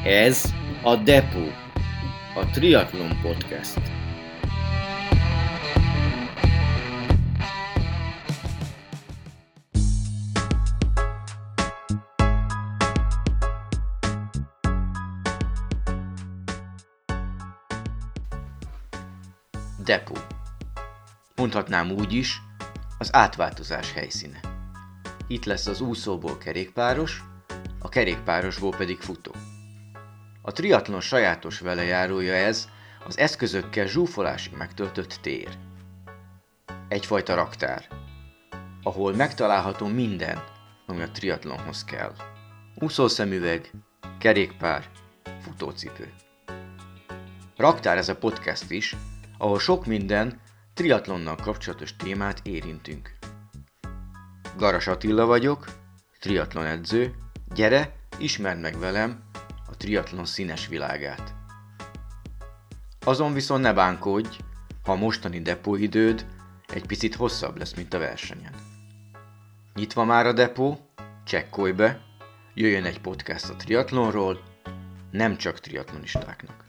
Ez a Depó, a Triathlon Podcast. Depó. Mondhatnám úgy is, az átváltozás helyszíne. Itt lesz az úszóból kerékpáros, a kerékpárosból pedig futó. A triatlon sajátos velejárója ez, az eszközökkel zsúfolásig megtöltött tér. Egyfajta raktár, ahol megtalálható minden, ami a triatlonhoz kell. Úszószemüveg, kerékpár, futócipő. Raktár ez a podcast is, ahol sok minden triatlonnal kapcsolatos témát érintünk. Garas Attila vagyok, triatlon edző, gyere, ismerd meg velem a triatlon színes világát. Azon viszont ne bánkodj, ha a mostani depóidőd egy picit hosszabb lesz, mint a versenyen. Nyitva már a depó, csekkolj be, jöjjön egy podcast a triatlonról, nem csak triatlonistáknak.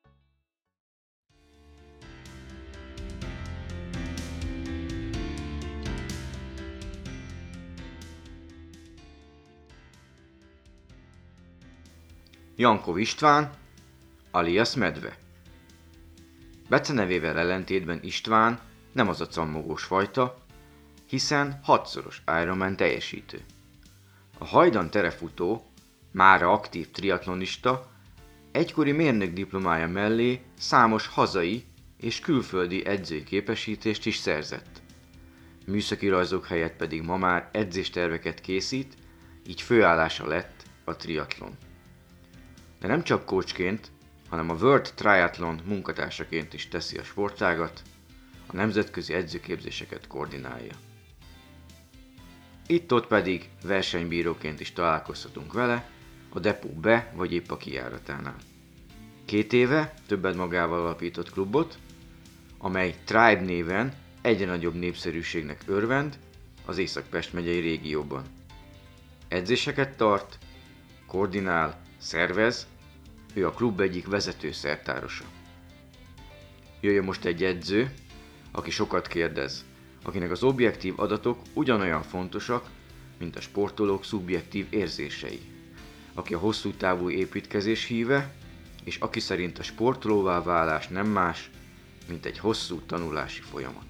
Jankov István, alias Medve. Becenevével ellentétben István nem az a cammogós fajta, hiszen 6-szoros Ironman teljesítő. A hajdan terefutó, mára aktív triatlonista, egykori mérnök diplomája mellé számos hazai és külföldi edzői képesítést is szerzett. Műszaki rajzok helyett pedig ma már edzésterveket készít, így főállása lett a triatlon. De nem csak coachként, hanem a World Triathlon munkatársaként is teszi a sportágat, a nemzetközi edzőképzéseket koordinálja. Itt-ott pedig versenybíróként is találkozhatunk vele, a depó be vagy épp a kijáratánál. 2 éve többet magával alapított klubot, amely Tribe néven egyre nagyobb népszerűségnek örvend az Észak-Pest megyei régióban. Edzéseket tart, koordinál, szervez, ő a klub egyik vezető szertárosa. Jöjjön most egy edző, aki sokat kérdez, akinek az objektív adatok ugyanolyan fontosak, mint a sportolók szubjektív érzései, aki a hosszú távú építkezés híve, és aki szerint a sportolóvá válás nem más, mint egy hosszú tanulási folyamat.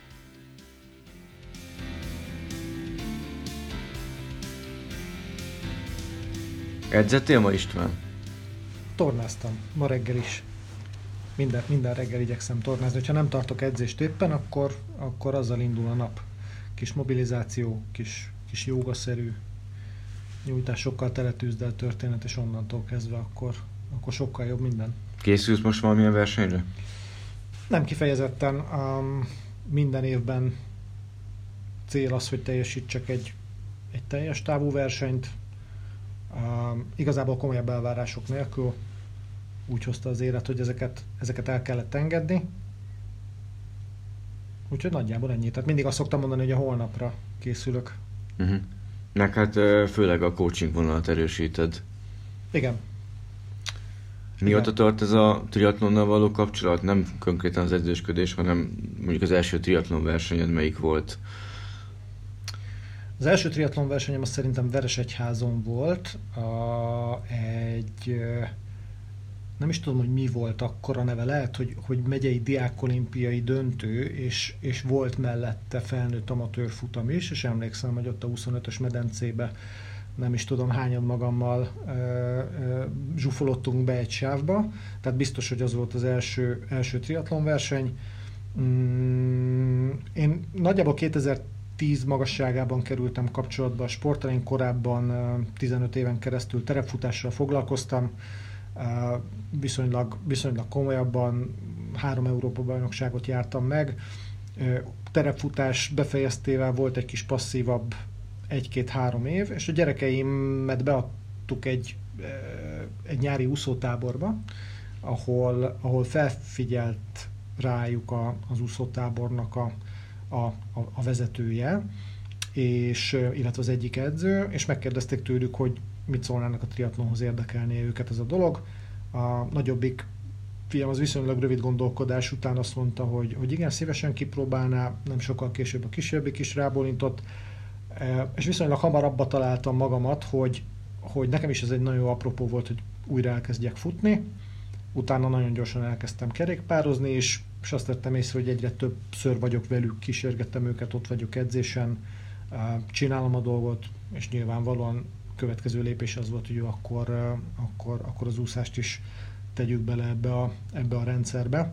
Edzettél ma, István? Tornáztam, ma reggel is. Minden reggel igyekszem tornázni. Ha nem tartok edzést éppen, akkor azzal indul a nap. Kis mobilizáció, kis jógaszerű nyújtásokkal teletűzdelt történet, és onnantól kezdve akkor sokkal jobb minden. Készülsz most valamilyen versenyre? Nem kifejezetten. Minden évben cél az, hogy teljesítsek egy teljes távú versenyt. Igazából komolyabb elvárások nélkül úgy hozta az élet, hogy ezeket el kellett engedni. Úgyhogy nagyjából ennyi. Tehát mindig azt szoktam mondani, hogy a holnapra készülök. Meg hát főleg a coaching vonalat erősíted. Igen. Mióta tart ez a triatlonnal való kapcsolat? Nem konkrétan az edzősködés, hanem mondjuk az első triatlon versenyed melyik volt? Az első triatlon versenyem azt szerintem Veresegyházon volt. Nem is tudom, hogy mi volt akkor a neve. Lehet, hogy megyei diákolimpiai döntő, és volt mellette felnőtt amatőr futam is, és emlékszem, hogy ott a 25-ös medencébe nem is tudom hányan magammal zsúfolottunk be egy sávba. Tehát biztos, hogy az volt az első triatlon verseny. Én nagyjából 2010 magasságában kerültem kapcsolatba a sporttal. Én korábban 15 éven keresztül terepfutással foglalkoztam, viszonylag komolyabban 3 Európa-bajnokságot jártam meg. Terepfutás befejeztével volt egy kis passzívabb 1-2-3 év, és a gyerekeimet beadtuk egy nyári úszótáborba, ahol felfigyelt rájuk az úszótábornak a vezetője, illetve az egyik edző, és megkérdezték tőlük, hogy mit szólnának a triatlonhoz, érdekelné őket ez a dolog. A nagyobbik fiam az viszonylag rövid gondolkodás után azt mondta, hogy igen, szívesen kipróbálná, nem sokkal később a kisebbik is rábólintott, és viszonylag hamar abba találtam magamat, hogy nekem is ez egy nagyon jó apropó volt, hogy újra elkezdjek futni. Utána nagyon gyorsan elkezdtem kerékpározni, és azt tettem észre, hogy egyre többször vagyok velük, kísérgettem őket, ott vagyok edzésen, csinálom a dolgot, és nyilvánvalóan következő lépés az volt, hogy akkor az úszást is tegyük bele ebbe a rendszerbe.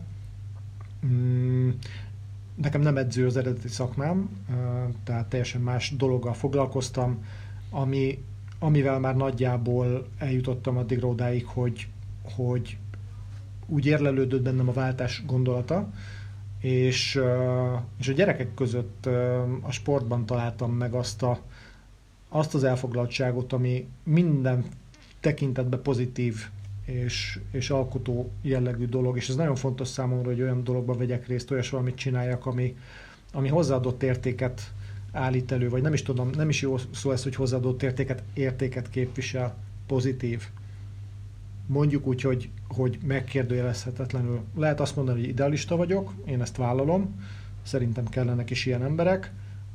Nekem nem edző az eredeti szakmám, tehát teljesen más dologgal foglalkoztam, amivel már nagyjából eljutottam addigra odáig, hogy úgy érlelődött bennem a váltás gondolata, és a gyerekek között a sportban találtam meg azt az elfoglaltságot, ami minden tekintetben pozitív és alkotó jellegű dolog, és ez nagyon fontos számomra, hogy olyan dologban vegyek részt, olyas valamit csináljak, ami hozzáadott értéket állít elő, vagy nem is tudom, nem is jó szó ez, hogy hozzáadott értéket képvisel, pozitív. Mondjuk úgy, hogy megkérdőjelezhetetlenül. Lehet azt mondani, hogy idealista vagyok, én ezt vállalom, szerintem kellenek is ilyen emberek.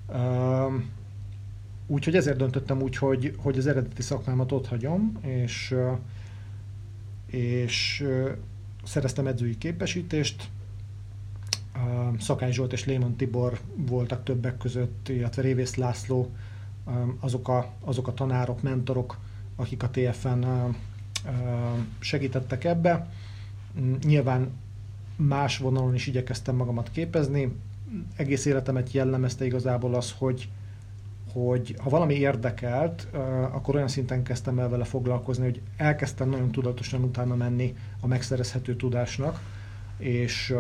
Úgyhogy ezért döntöttem úgy, hogy az eredeti szakmámat ott hagyom, és szereztem edzői képesítést. Szakály Zsolt és Léman Tibor voltak többek között, illetve Révész László, azok a tanárok, mentorok, akik a TF-en segítettek ebbe. Nyilván más vonalon is igyekeztem magamat képezni. Egész életemet jellemezte igazából az, hogy ha valami érdekelt, akkor olyan szinten kezdtem el vele foglalkozni, hogy elkezdtem nagyon tudatosan utána menni a megszerezhető tudásnak, és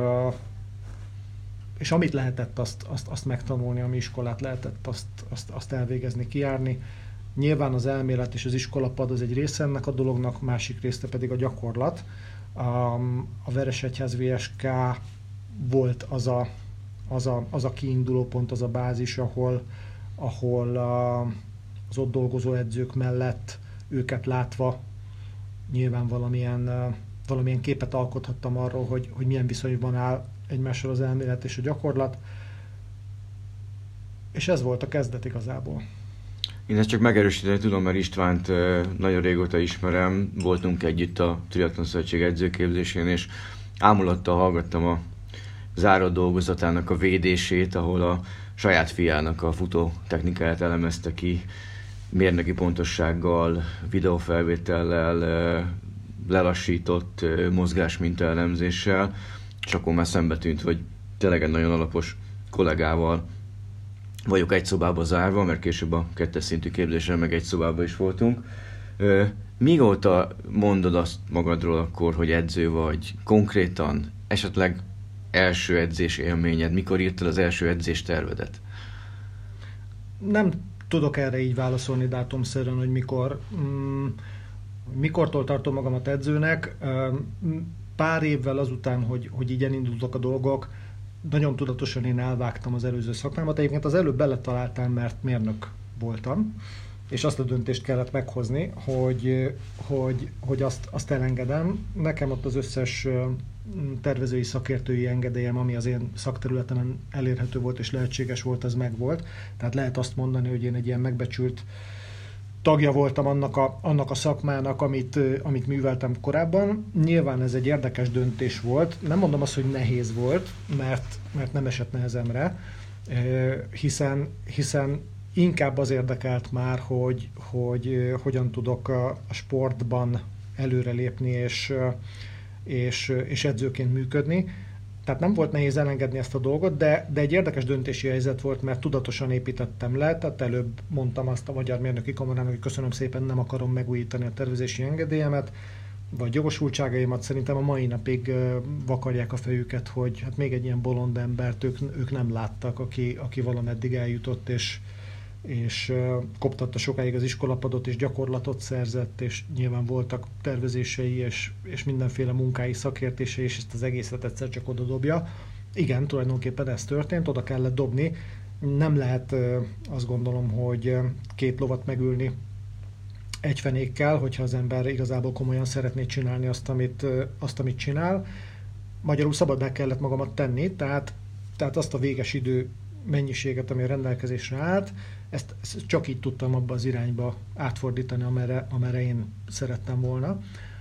amit lehetett, azt megtanulni, ami iskolát lehetett, azt elvégezni, kijárni. Nyilván az elmélet és az iskolapad az egy része ennek a dolognak, másik része pedig a gyakorlat. A Veresegyház VSK volt az a kiinduló pont, az a bázis, ahol az ott dolgozó edzők mellett őket látva nyilván valamilyen képet alkothattam arról, hogy milyen viszonyban áll egymással az elmélet és a gyakorlat. És ez volt a kezdet igazából. Én ezt csak megerősíteni tudom, mert Istvánt nagyon régóta ismerem, voltunk együtt a Triathlon Szövetség edzőképzésén, és ámulattal hallgattam a záró dolgozatának a védését, ahol a saját fiának a futó technikáját elemezte ki, mérnöki pontossággal, videófelvétellel, lelassított mozgásminta elemzéssel, és akkor már szembe tűnt, hogy tényleg egy nagyon alapos kollégával vagyok egy szobába zárva, mert később a 2. szintű képzésre meg egy szobába is voltunk. Mióta mondod azt magadról akkor, hogy edző vagy? Konkrétan, esetleg első edzés élményed? Mikor írtad az első edzés tervedet? Nem tudok erre így válaszolni dátumszerűen, hogy mikor. Mikortól tartom magamat edzőnek. Pár évvel azután, hogy így elindultak a dolgok, nagyon tudatosan én elvágtam az előző szakmámat. Egyébként az előbb beletaláltam, mert mérnök voltam, és azt a döntést kellett meghozni, hogy azt elengedem. Nekem ott az összes tervezői, szakértői engedélyem, ami az én szakterületemen elérhető volt és lehetséges volt, az megvolt. Tehát lehet azt mondani, hogy én egy ilyen megbecsült tagja voltam annak a szakmának, amit műveltem korábban. Nyilván ez egy érdekes döntés volt. Nem mondom azt, hogy nehéz volt, mert nem esett nehezemre, hiszen inkább az érdekelt már, hogy hogyan tudok a sportban előrelépni és edzőként működni. Tehát nem volt nehéz elengedni ezt a dolgot, de egy érdekes döntési helyzet volt, mert tudatosan építettem le, tehát előbb mondtam azt a Magyar Mérnöki Kamarának, hogy köszönöm szépen, nem akarom megújítani a tervezési engedélyemet, vagy jogosultságaimat. Szerintem a mai napig vakarják a fejüket, hogy hát még egy ilyen bolond embert ők nem láttak, aki valameddig eljutott, és koptatta sokáig az iskolapadot, és gyakorlatot szerzett, és nyilván voltak tervezései, és mindenféle munkái, szakértései, és ezt az egészet egyszer csak oda dobja. Igen, tulajdonképpen ez történt, oda kellett dobni. Nem lehet azt gondolom, hogy két lovat megülni egyfenékkel, hogyha az ember igazából komolyan szeretné csinálni azt, amit csinál. Magyarul szabaddá kellett magamat tenni, tehát azt a véges idő mennyiséget, ami a rendelkezésre állt, ezt csak így tudtam abba az irányba átfordítani, amerre én szerettem volna.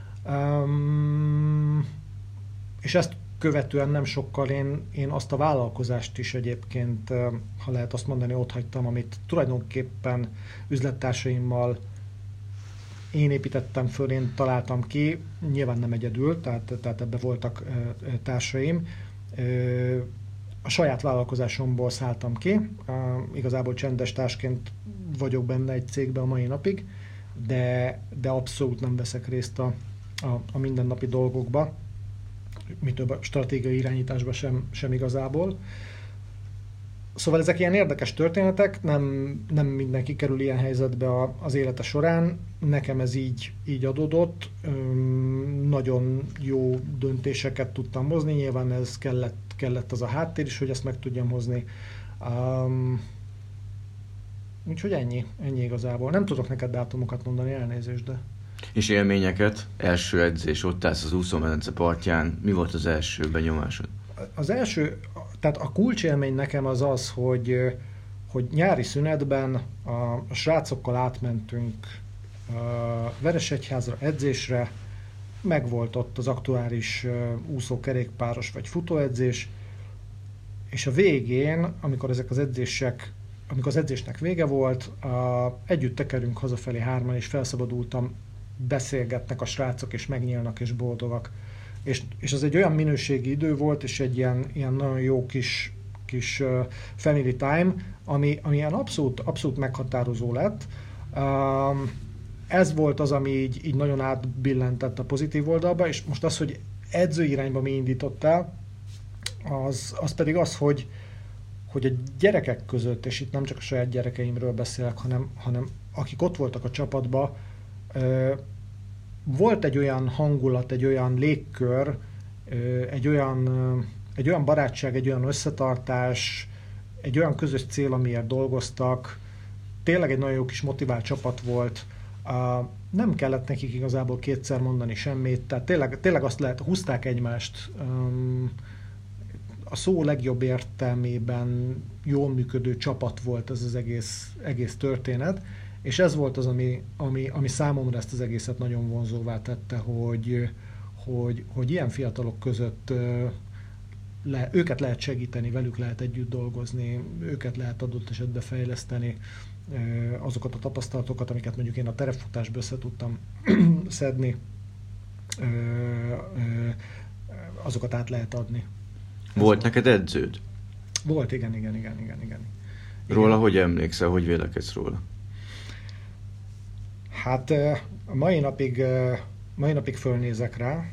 És ezt követően nem sokkal én azt a vállalkozást is egyébként, ha lehet azt mondani, otthagytam, amit tulajdonképpen üzlettársaimmal én építettem föl, én találtam ki, nyilván nem egyedül, tehát ebbe voltak társaim. A saját vállalkozásomból szálltam ki, igazából csendes társként vagyok benne egy cégben a mai napig, de abszolút nem veszek részt a mindennapi dolgokba, mi több a stratégiai irányításba sem igazából. Szóval ezek ilyen érdekes történetek, nem mindenki kerül ilyen helyzetbe az élete során. Nekem ez így adódott, nagyon jó döntéseket tudtam hozni, nyilván ez kellett az a háttér is, hogy ezt meg tudjam hozni. Úgyhogy ennyi igazából. Nem tudok neked dátumokat mondani, elnézést, de... És élményeket? Első edzés, ott állsz az úszómedence partján. Mi volt az első benyomásod? Az első, tehát a kulcsélmény nekem az, hogy nyári szünetben a srácokkal átmentünk Veresegyházra edzésre, megvolt ott az aktuális úszókerékpáros vagy futóedzés, és a végén, amikor az edzésnek vége volt, együtt tekerünk hazafelé hárman, és felszabadultam, beszélgetnek a srácok, és megnyílnak, és boldogak. És az egy olyan minőségi idő volt, és egy ilyen nagyon jó kis family time, ami ilyen abszolút meghatározó lett. Ez volt az, ami így nagyon átbillentett a pozitív oldalba, és most az, hogy edző irányba mi indított el, az pedig az, hogy a gyerekek között, és itt nem csak a saját gyerekeimről beszélek, hanem akik ott voltak a csapatban, volt egy olyan hangulat, egy olyan légkör, egy olyan barátság, egy olyan összetartás, egy olyan közös cél, amiért dolgoztak. Tényleg egy nagyon jó kis motivált csapat volt. Nem kellett nekik igazából kétszer mondani semmit, tehát tényleg azt lehet, húzták egymást. A szó legjobb értelmében jól működő csapat volt ez az egész történet, és ez volt az, ami számomra ezt az egészet nagyon vonzóvá tette, hogy ilyen fiatalok között őket lehet segíteni, velük lehet együtt dolgozni, őket lehet adott esetben fejleszteni, azokat a tapasztalatokat, amiket mondjuk én a terepfutásból össze tudtam szedni, azokat át lehet adni. Volt neked edződ? Volt, igen. Róla hogy emlékszel, hogy vélekedsz róla? Hát a mai napig fölnézek rá.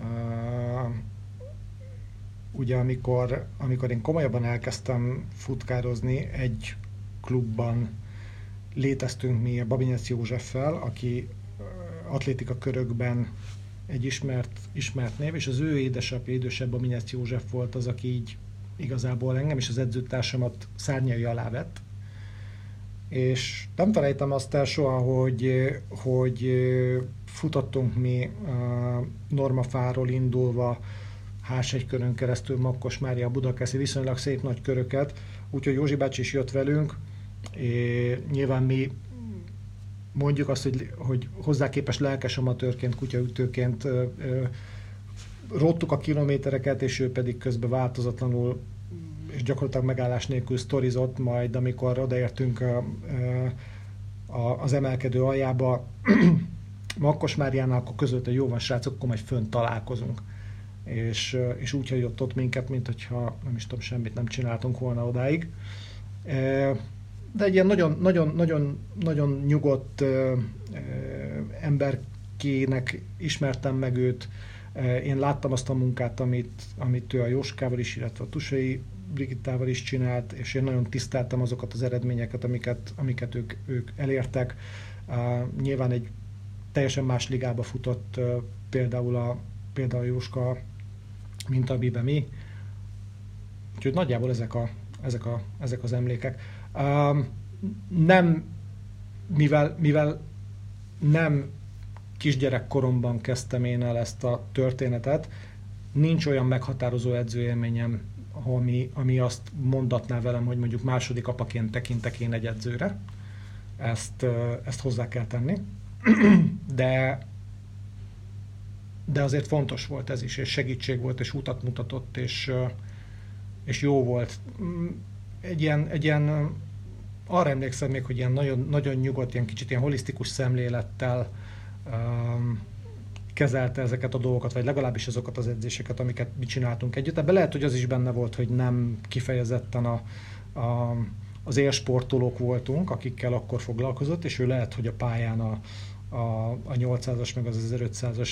Ugye amikor én komolyabban elkezdtem futkározni, egy klubban léteztünk mi a Babinec Józseffel, aki atlétika körökben egy ismert név, és az ő édesapja, idősebb Babinec József volt az, aki így igazából engem és az edzőtársamat szárnyai alá vett. És nem felejtem azt el soha, hogy futottunk mi Normafáról indulva Hás-hegykörön keresztül Makkos-Mária, Budakeszi, viszonylag szép nagy köröket, úgyhogy Józsi bácsi is jött velünk, és nyilván mi mondjuk azt, hogy hozzá képest lelkes amatőrként, kutyaütőként róttuk a kilométereket, és ő pedig közben változatlanul és gyakorlatilag megállás nélkül sztorizott, majd amikor odaértünk az emelkedő aljába Makkos-Máriánál, akkor között, hogy jó van srácok, akkor majd fönt találkozunk. És úgy hagyott ott minket, mint hogyha nem is tudom, semmit nem csináltunk volna odáig. De egy ilyen nagyon nyugodt emberkének ismertem meg őt. Én láttam azt a munkát, amit ő a Jóskával is, illetve a Tusai Brigittával is csinált, és én nagyon tiszteltem azokat az eredményeket, amiket ők elértek. Nyilván egy teljesen más ligába futott például a Jóska, mint amiben mi. Úgyhogy nagyjából ezek az emlékek. Nem, mivel nem kisgyerekkoromban kezdtem én el ezt a történetet, nincs olyan meghatározó edzőélményem, ami azt mondatná velem, hogy mondjuk második apaként tekintek én egy edzőre. Ezt hozzá kell tenni. De azért fontos volt ez is, és segítség volt, és utat mutatott, és jó volt. Egy ilyen arra emlékszem még, hogy ilyen nagyon, nagyon nyugodt, ilyen kicsit ilyen holisztikus szemlélettel kezelte ezeket a dolgokat, vagy legalábbis azokat az edzéseket, amiket mi csináltunk együtt. Ebben lehet, hogy az is benne volt, hogy nem kifejezetten az élsportolók voltunk, akikkel akkor foglalkozott, és ő lehet, hogy a pályán a 800-as meg az 1500-as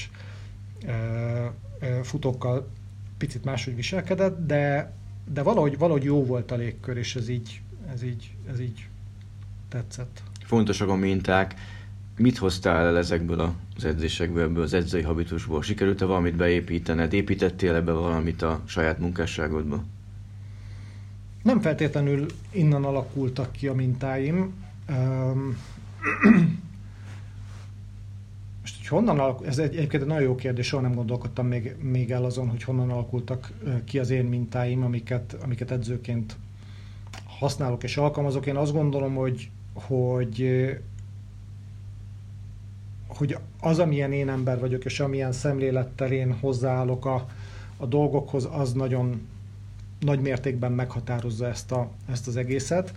futókkal picit máshogy viselkedett, de valahogy jó volt a légkör, és ez így tetszett. Fontosak a minták. Mit hoztál el ezekből az edzésekből, ebből az edzői habitusból? Sikerült-e valamit beépítened? Építettél ebbe valamit a saját munkásságodba? Nem feltétlenül innen alakultak ki a mintáim. Most, hogy honnan alakult, ez egyébként egy nagyon jó kérdés, soha nem gondolkodtam még el azon, hogy honnan alakultak ki az én mintáim, amiket edzőként használok és alkalmazok. Én azt gondolom, hogy az, amilyen én ember vagyok, és amilyen szemlélettel én hozzáállok a dolgokhoz, az nagyon nagy mértékben meghatározza ezt az egészet.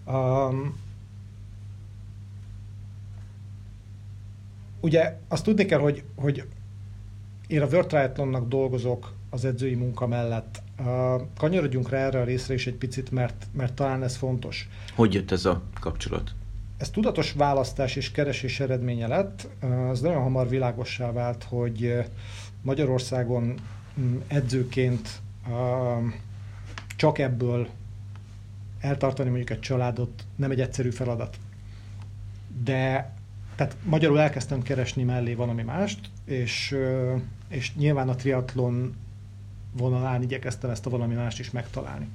Ugye azt tudni kell, hogy én a World Triathlonnak dolgozok az edzői munka mellett. Kanyarodjunk rá erre a részre is egy picit, mert talán ez fontos. Hogy jött ez a kapcsolat? Ez tudatos választás és keresés eredménye lett. Ez nagyon hamar világossá vált, hogy Magyarországon edzőként csak ebből eltartani mondjuk egy családot nem egy egyszerű feladat. Tehát magyarul elkezdtem keresni mellé valami mást, és nyilván a triatlon vonalán igyekeztem ezt a valami mást is megtalálni.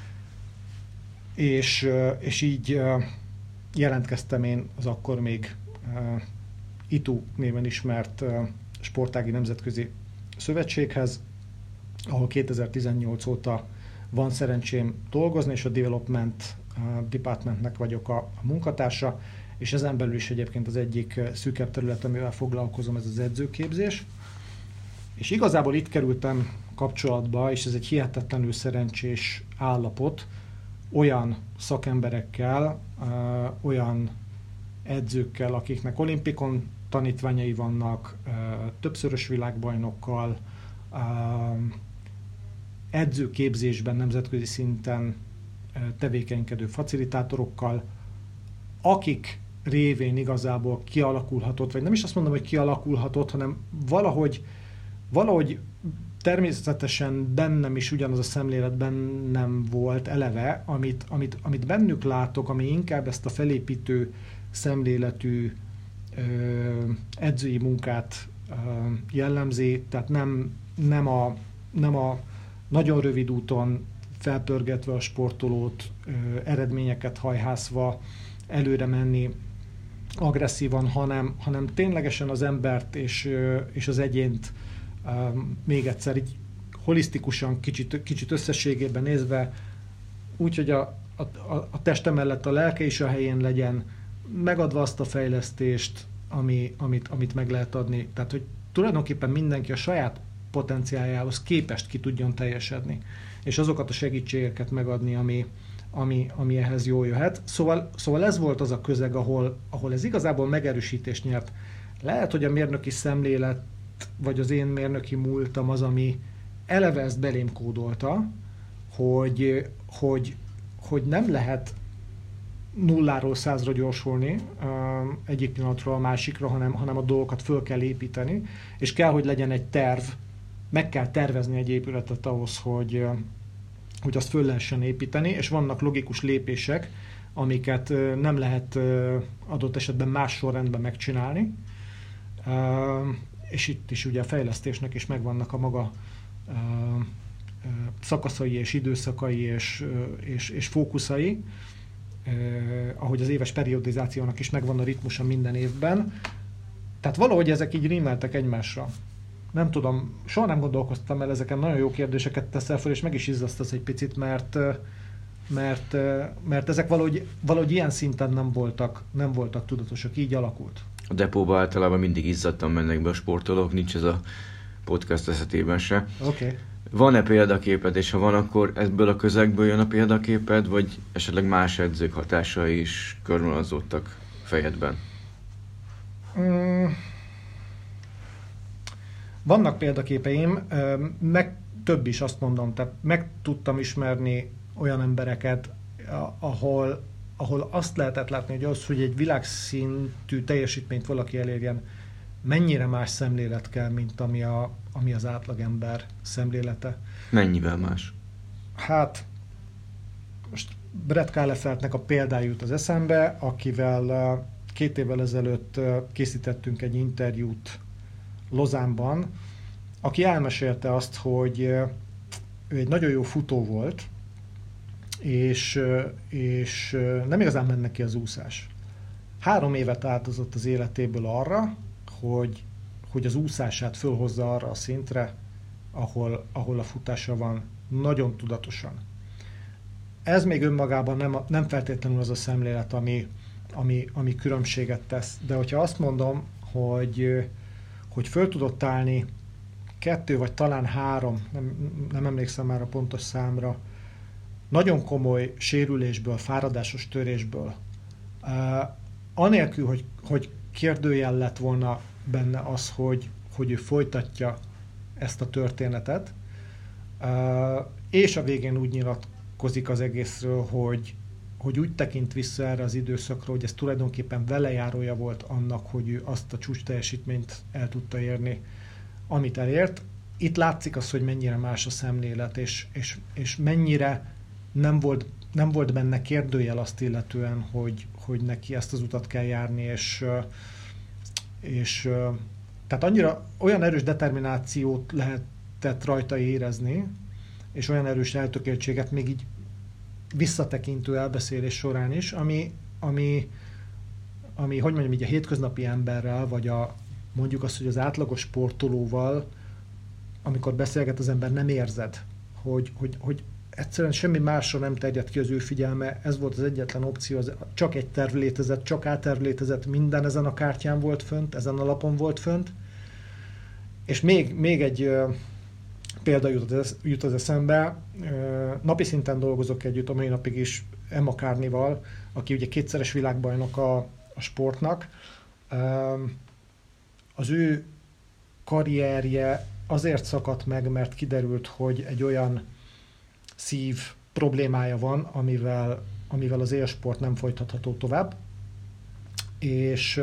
És így jelentkeztem én az akkor még ITU néven ismert sportági nemzetközi szövetséghez, ahol 2018 óta van szerencsém dolgozni, és a Development Departmentnek vagyok a munkatársa, és ezen belül is egyébként az egyik szűkebb terület, amivel foglalkozom, ez az edzőképzés. És igazából itt kerültem kapcsolatba, és ez egy hihetetlenül szerencsés állapot, olyan szakemberekkel, olyan edzőkkel, akiknek olimpikon tanítványai vannak, többszörös világbajnokkal, edzőképzésben nemzetközi szinten tevékenykedő facilitátorokkal, akik révén igazából kialakulhatott, vagy nem is azt mondom, hogy kialakulhatott, hanem valahogy természetesen bennem is ugyanaz a szemlélet bennem volt eleve, amit bennük látok, ami inkább ezt a felépítő szemléletű edzői munkát jellemzi, tehát nem a nagyon rövid úton felpörgetve a sportolót, eredményeket hajhászva előre menni agresszívan, hanem ténylegesen az embert és az egyént még egyszer így holisztikusan, kicsit összességében nézve, úgy, hogy a teste mellett a lelke is a helyén legyen, megadva azt a fejlesztést, amit meg lehet adni. Tehát, hogy tulajdonképpen mindenki a saját potenciáljához képest ki tudjon teljesedni, és azokat a segítségeket megadni, ami ehhez jól jöhet. Szóval ez volt az a közeg, ahol ez igazából megerősítést nyert. Lehet, hogy a mérnöki szemlélet, vagy az én mérnöki múltam az, ami eleve ezt belém kódolta, hogy nem lehet nulláról 100-ra gyorsulni egyik pillanatról a másikra, hanem a dolgokat föl kell építeni, és kell, hogy legyen egy terv, meg kell tervezni egy épületet ahhoz, hogy azt föl lehessen építeni, és vannak logikus lépések, amiket nem lehet adott esetben más sorrendben megcsinálni. És itt is ugye a fejlesztésnek is megvannak a maga szakaszai és időszakai és fókuszai, ahogy az éves periodizációnak is megvan a ritmusa minden évben. Tehát valahogy ezek így rímeltek egymásra. Nem tudom, soha nem gondolkoztam el ezeken, nagyon jó kérdéseket teszel fel, és meg is izzasztasz egy picit, mert ezek valahogy ilyen szinten nem voltak tudatosak, így alakult. A depóba általában mindig izzadtan mennek be a sportolók, nincs ez a podcast esetében se. Okay. Van-e példaképed, és ha van, akkor ebből a közegből jön a példaképed, vagy esetleg más edzők hatásai is körvonalazódtak fejedben? Vannak példaképeim, meg több is, azt mondom, tehát meg tudtam ismerni olyan embereket, ahol azt lehetett látni, hogy az, hogy egy világszintű teljesítményt valaki elérjen, mennyire más szemlélet kell, mint ami az átlagember szemlélete. Mennyivel más? Hát, most Brett Kahlefeldnek a példája jut az eszembe, akivel 2 évvel ezelőtt készítettünk egy interjút Lausanne-ban, aki elmesélte azt, hogy ő egy nagyon jó futó volt, és nem igazán ment neki az úszás. 3 évet áldozott az életéből arra, hogy az úszását fölhozza arra a szintre, ahol a futása van, nagyon tudatosan. Ez még önmagában nem feltétlenül az a szemlélet, ami különbséget tesz. De hogyha azt mondom, hogy föl tudott állni 2 vagy talán 3, nem emlékszem már a pontos számra, nagyon komoly sérülésből, fáradásos törésből, anélkül, hogy kérdőjel lett volna benne az, hogy ő folytatja ezt a történetet, és a végén úgy nyilatkozik az egészről, hogy úgy tekint vissza erre az időszakra, hogy ez tulajdonképpen velejárója volt annak, hogy ő azt a csúcs teljesítményt el tudta érni, amit elért. Itt látszik az, hogy mennyire más a szemlélet, és mennyire nem volt benne kérdőjel azt illetően, hogy neki ezt az utat kell járni, és tehát olyan erős determinációt lehetett rajta érezni, és olyan erős eltökéltséget még így visszatekintő elbeszélés során is, ami hogy mondjam, így a hétköznapi emberrel, vagy mondjuk azt, hogy az átlagos sportolóval, amikor beszélget az ember, nem érzed, hogy egyszerűen semmi másra nem terjed ki az ő figyelme, ez volt az egyetlen opció, csak egy terv létezett, csak A-terv létezett, minden ezen a kártyán volt fönt, ezen a lapon volt fönt. És még egy példa jut az eszembe, napi szinten dolgozok együtt a mai napig is Emma Carney-val, aki ugye 2-szeres világbajnok a sportnak. Az ő karrierje azért szakadt meg, mert kiderült, hogy egy olyan szív problémája van, amivel az élsport nem folytatható tovább. És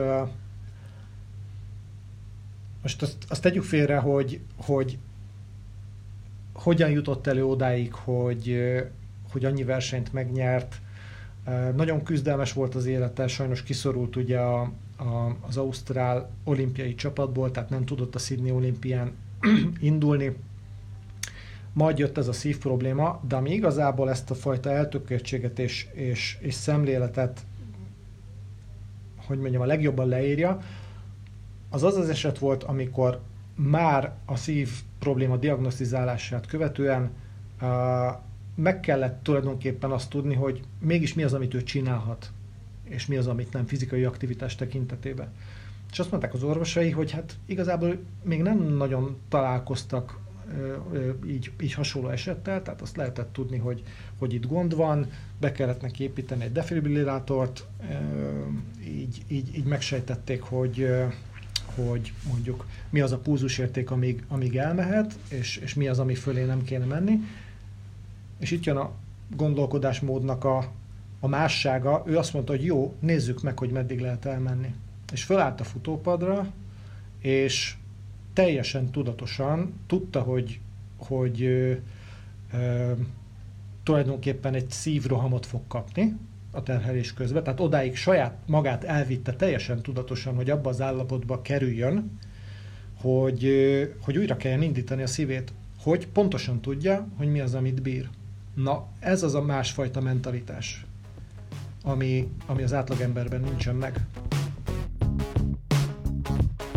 most azt tegyük félre, hogy hogyan jutott elő odáig, hogy annyi versenyt megnyert. Nagyon küzdelmes volt az élete, sajnos kiszorult ugye az ausztrál olimpiai csapatból, tehát nem tudott a Sydney olimpián indulni. Majd jött ez a szív probléma, de ami igazából ezt a fajta eltökéltséget és szemléletet, hogy mondjam, a legjobban leírja, az eset volt, amikor már a szív probléma diagnosztizálását követően meg kellett tulajdonképpen azt tudni, hogy mégis mi az, amit ő csinálhat, és mi az, amit nem fizikai aktivitás tekintetében. És azt mondták az orvosai, hogy hát igazából még nem nagyon találkoztak így hasonló esettel, tehát azt lehetett tudni, hogy itt gond van, be kellett neki építeni egy defibrillátort, így megsejtették, hogy mondjuk mi az a pulzusérték, amíg elmehet, és mi az, ami fölé nem kéne menni. És itt jön a gondolkodásmódnak a mássága. Ő azt mondta, hogy jó, nézzük meg, hogy meddig lehet elmenni. És fölállt a futópadra, és teljesen tudatosan tudta, hogy tulajdonképpen egy szívrohamot fog kapni a terhelés közben, tehát odáig saját magát elvitte teljesen tudatosan, hogy abba az állapotba kerüljön, hogy újra kelljen indítani a szívét, hogy pontosan tudja, hogy mi az, amit bír. Na, ez az a másfajta mentalitás, ami az átlagemberben nincsen meg.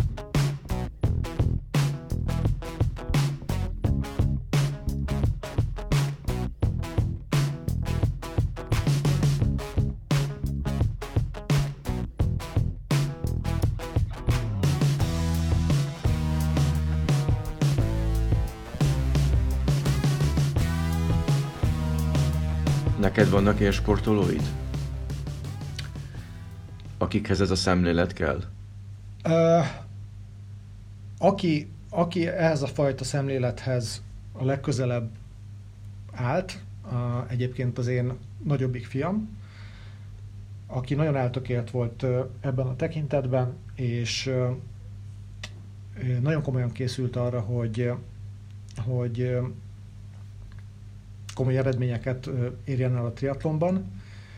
Neked vannak ilyen sportolóid? Akikhez ez a szemlélet kell? Aki ehhez a fajta szemlélethez a legközelebb állt, egyébként az én nagyobbik fiam, aki nagyon eltökélt volt ebben a tekintetben, és nagyon komolyan készült arra, hogy komoly eredményeket érjen el a triatlonban.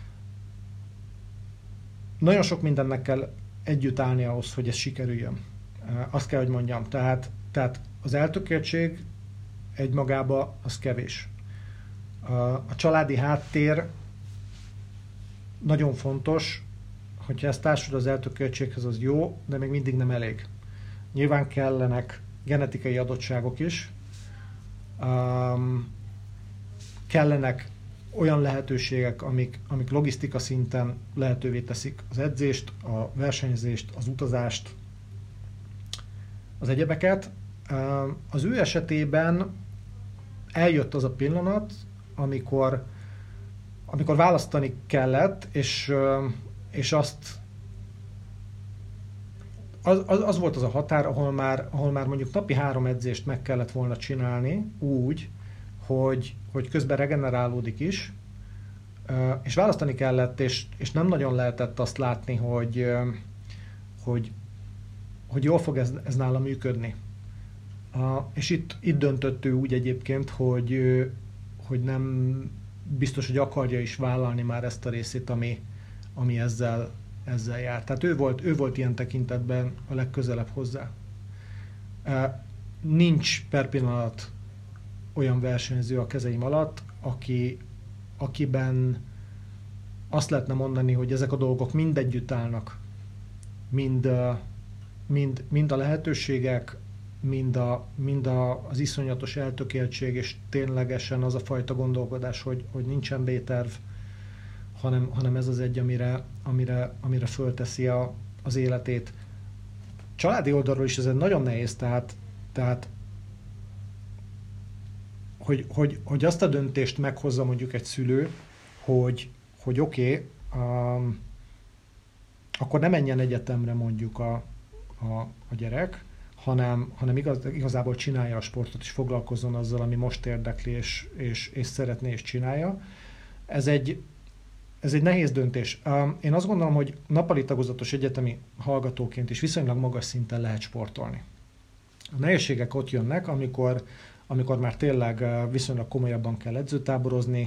Nagyon sok mindennek kell együtt állni ahhoz, hogy ez sikerüljön. Azt kell, hogy mondjam. Tehát az eltökéltség egymagába az kevés. A családi háttér nagyon fontos, hogyha ez társul az eltökéltséghez, az jó, de még mindig nem elég. Nyilván kellenek genetikai adottságok is, kellenek olyan lehetőségek, amik logisztika szinten lehetővé teszik az edzést, a versenyzést, az utazást, az egyebeket. Az ő esetében eljött az a pillanat, amikor választani kellett, és az volt az a határ, ahol már mondjuk napi 3 edzést meg kellett volna csinálni úgy, hogy közben regenerálódik is, és választani kellett, és nem nagyon lehetett azt látni, hogy jól fog ez nála működni. És itt döntött ő úgy egyébként, hogy nem biztos, hogy akarja is vállalni már ezt a részét, ami ezzel jár. Tehát ő volt ilyen tekintetben a legközelebb hozzá. Nincs per pillanat olyan versenyző a kezeim alatt, akiben azt lehetne mondani, hogy ezek a dolgok mind együtt állnak. Mind a lehetőségek, mind az iszonyatos eltökéltség, és ténylegesen az a fajta gondolkodás, hogy nincsen B-terv, hanem ez az egy, amire fölteszi az életét. Családi oldalról is ez nagyon nehéz, tehát hogy azt a döntést meghozza mondjuk egy szülő, hogy oké, akkor ne menjen egyetemre mondjuk a gyerek, hanem igazából csinálja a sportot, és foglalkozzon azzal, ami most érdekli, és szeretné, és csinálja. Ez egy nehéz döntés. Én azt gondolom, hogy nappali tagozatos egyetemi hallgatóként is viszonylag magas szinten lehet sportolni. A nehézségek ott jönnek, amikor már tényleg viszonylag komolyabban kell edzőtáborozni,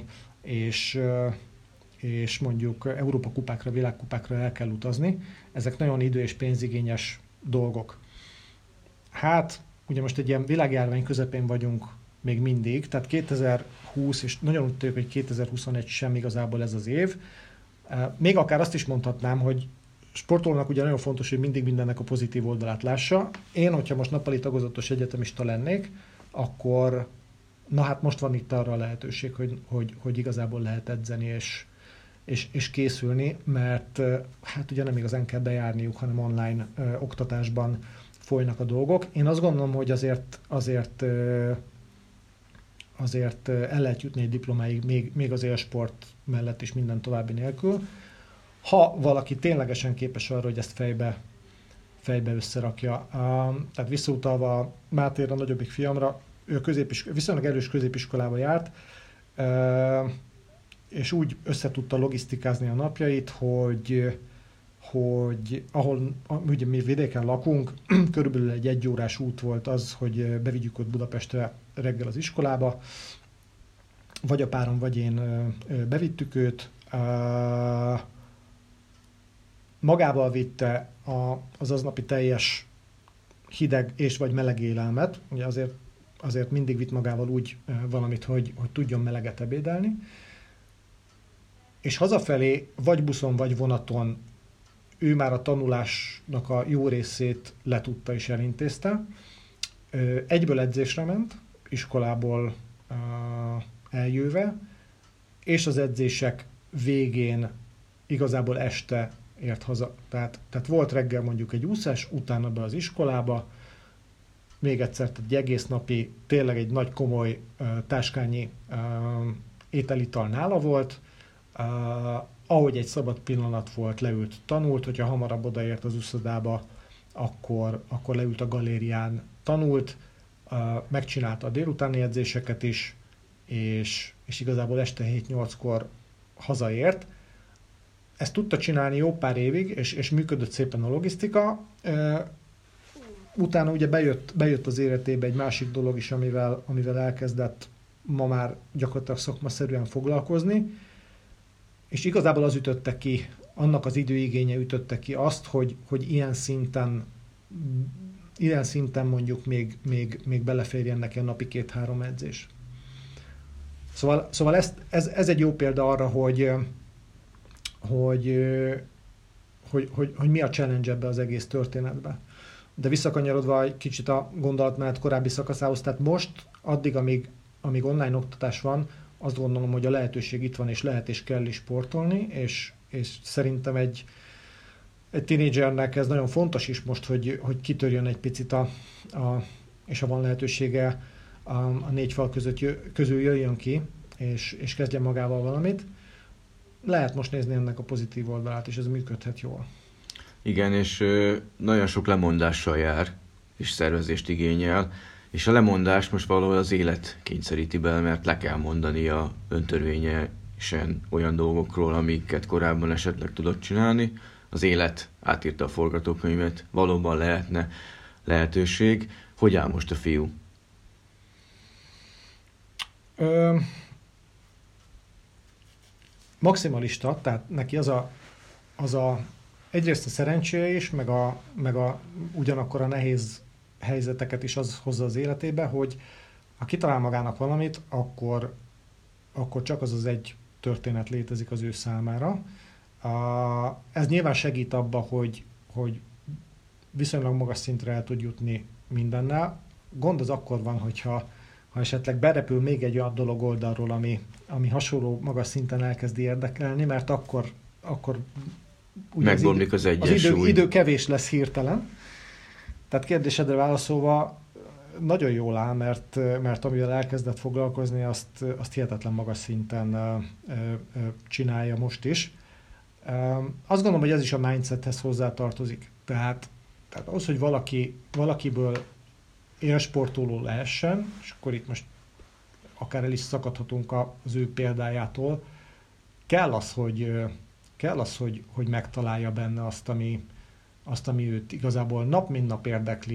és mondjuk Európa kupákra, világkupákra el kell utazni. Ezek nagyon idő- és pénzigényes dolgok. Hát, ugye most egy ilyen világjárvány közepén vagyunk még mindig, tehát 2020, és nagyon úgy tűnik, hogy 2021 sem igazából ez az év. Még akár azt is mondhatnám, hogy sportolónak ugye nagyon fontos, hogy mindig mindennek a pozitív oldalát lássa. Én, hogyha most nappali tagozatos egyetemista lennék, akkor hát most van itt arra a lehetőség, hogy igazából lehet edzeni és készülni, mert hát ugye nem igazán kell bejárniuk, hanem online oktatásban folynak a dolgok. Én azt gondolom, hogy azért el lehet jutni egy diplomáig, még az élsport mellett is minden további nélkül. Ha valaki ténylegesen képes arra, hogy ezt fejbe összerakja. Tehát visszautalva Mátéra, a nagyobbik fiamra, ő viszonylag erős középiskolába járt, és úgy összetudta logisztikázni a napjait, hogy ahol ugye mi vidéken lakunk, körülbelül egy 1 órás út volt az, hogy bevigyük ott Budapestre reggel az iskolába, vagy a párom, vagy én bevittük őt. Magával vitte az aznapi teljes hideg és vagy meleg élelmet, ugye azért mindig vitt magával úgy valamit, hogy tudjon meleget ebédelni, és hazafelé vagy buszon, vagy vonaton ő már a tanulásnak a jó részét letudta és elintézte. Egyből edzésre ment, iskolából eljöve, és az edzések végén igazából este ért haza. Tehát volt reggel mondjuk egy úszás, utána be az iskolába, még egyszer, tehát egy egész napi, tényleg egy nagy komoly táskányi ételital nála volt, ahogy egy szabad pillanat volt, leült, tanult, hogyha hamarabb odaért az uszodába, akkor leült a galérián, tanult, megcsinálta a délutáni edzéseket is, és igazából este 7-8-kor hazaért. Ezt tudta csinálni jó pár évig, és működött szépen a logisztika. Utána ugye bejött az életébe egy másik dolog is, amivel elkezdett ma már gyakorlatilag szakmaszerűen foglalkozni, és igazából az ütötte ki, annak az időigénye ütötte ki azt, hogy ilyen szinten mondjuk még beleférjen neki a napi 2-3 edzés. Szóval ez egy jó példa arra, hogy mi a challenge ebbe az egész történetbe. De visszakanyarodva egy kicsit a gondolatmenet korábbi szakaszához, tehát most, addig, amíg online oktatás van, azt gondolom, hogy a lehetőség itt van, és lehet és kell is sportolni, és szerintem egy tínédzsernek ez nagyon fontos is most, hogy kitörjön egy picit és ha van lehetősége, a 4 fal közül jöjjön ki, és kezdjen magával valamit. Lehet most nézni ennek a pozitív oldalát, és ez működhet jól. Igen, és nagyon sok lemondással jár, és szervezést igényel, és a lemondást most valahol az élet kényszeríti be, mert le kell mondania öntörvényesen olyan dolgokról, amiket korábban esetleg tudott csinálni. Az élet átírta a forgatókönyvet, valóban lehetne lehetőség. Hogy áll most a fiú? Maximalista, tehát neki az a egyrészt a szerencséje is, meg a ugyanakkor a nehéz helyzeteket is az hozza az életébe, hogy ha kitalál magának valamit, akkor csak az egy történet létezik az ő számára. Ez nyilván segít abba, hogy viszonylag magas szintre el tud jutni mindennel. Gond az akkor van, hogyha esetleg berepül még egy olyan dolog oldalról, ami hasonló magas szinten elkezdi érdekelni, mert akkor megbomlik az egyensúly. Az idő kevés lesz hirtelen. Tehát kérdésedre válaszolva nagyon jól áll, mert amivel elkezdett foglalkozni, azt hihetetlen magas szinten csinálja most is. Azt gondolom, hogy ez is a mindsethez hozzátartozik. Tehát ahhoz, hogy valakiből élsportoló lehessen, és akkor itt most akár el is szakadhatunk az ő példájától, kell az, hogy megtalálja benne azt, ami őt igazából nap mint nap érdekli,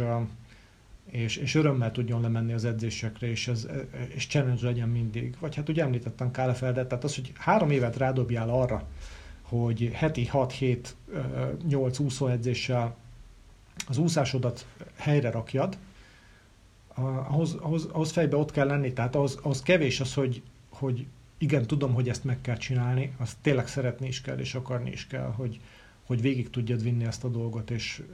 és örömmel tudjon lemenni az edzésekre, és challenge legyen mindig. Vagy hát ugye említettem Kahlefeldet, tehát az, hogy 3 évet rádobjál arra, hogy heti 6-7-8 úszóedzéssel az úszásodat helyre rakjad, ahhoz fejbe ott kell lenni, tehát ahhoz kevés az, hogy igen, tudom, hogy ezt meg kell csinálni, azt tényleg szeretni is kell, és akarni is kell, hogy végig tudjad vinni ezt a dolgot, és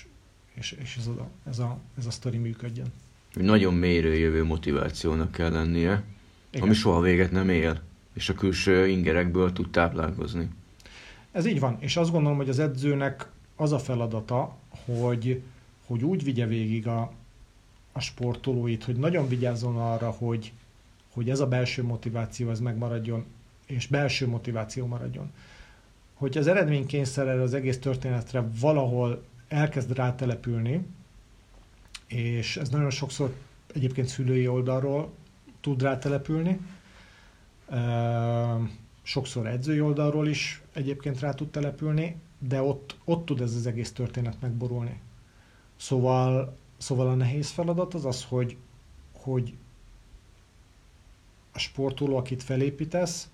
ez a sztori működjön. Nagyon mélyre jövő motivációnak kell lennie, igen, ami soha véget nem ér, és a külső ingerekből tud táplálkozni. Ez így van, és azt gondolom, hogy az edzőnek az a feladata, hogy úgy vigye végig a sportolóit, hogy nagyon vigyázzon arra, hogy ez a belső motiváció ez megmaradjon, és belső motiváció maradjon. Hogy az eredménykényszer erre az egész történetre valahol elkezd rátelepülni, és ez nagyon sokszor egyébként szülői oldalról tud rátelepülni, sokszor edzői oldalról is egyébként rá tud települni, de ott tud ez az egész történet megborulni. Szóval a nehéz feladat az, hogy a sportoló, akit felépítesz,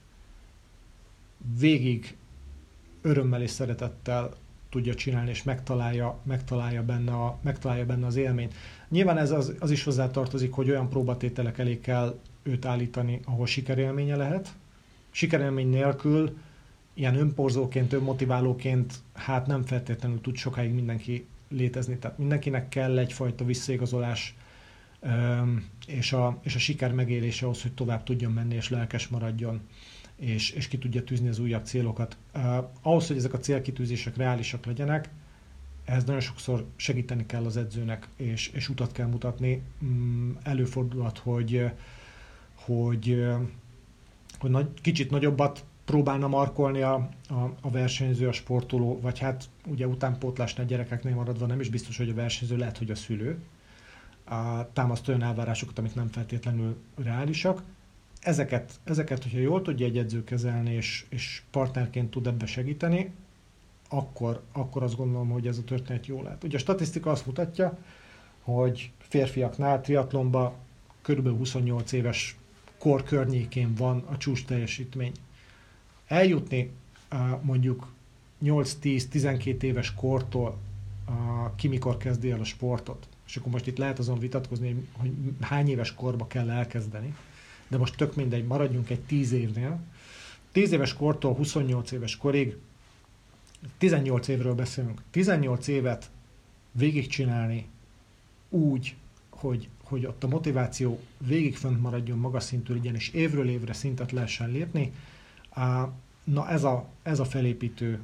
végig örömmel és szeretettel tudja csinálni, és megtalálja benne az élményt. Nyilván ez az is hozzátartozik, hogy olyan próbatételek elé kell őt állítani, ahol sikerélménye lehet. Sikerélmény nélkül ilyen önporzóként, önmotiválóként hát nem feltétlenül tud sokáig mindenki létezni. Tehát mindenkinek kell egyfajta visszaigazolás és a siker megélése ahhoz, hogy tovább tudjon menni és lelkes maradjon, és ki tudja tűzni az újabb célokat. Ahhoz, hogy ezek a célkitűzések reálisak legyenek, ehhez nagyon sokszor segíteni kell az edzőnek, és utat kell mutatni. Előfordulhat, hogy kicsit nagyobbat próbálna markolni a versenyző, a sportoló, vagy hát ugye utánpótlásnál gyerekeknél maradva nem is biztos, hogy a versenyző, lehet, hogy a szülő támaszt olyan elvárásokat, amik nem feltétlenül reálisak. Ezeket, hogyha jól tudja egy edző kezelni, és partnerként tud ebbe segíteni, akkor azt gondolom, hogy ez a történet jó lehet. Ugye a statisztika azt mutatja, hogy férfiaknál triatlonban kb. 28 éves kor környékén van a csúcs teljesítmény. Eljutni mondjuk 8-10-12 éves kortól ki mikor kezdi el a sportot. És akkor most itt lehet azon vitatkozni, hogy hány éves korba kell elkezdeni. De most tök mindegy, maradjunk egy 10 évnél. 10 éves kortól 28 éves korig, 18 évről beszélünk. 18 évet végigcsinálni úgy, hogy ott a motiváció végig fönt maradjon, magas szintű legyen, és évről évre szintet lehessen lépni. Na ez a felépítő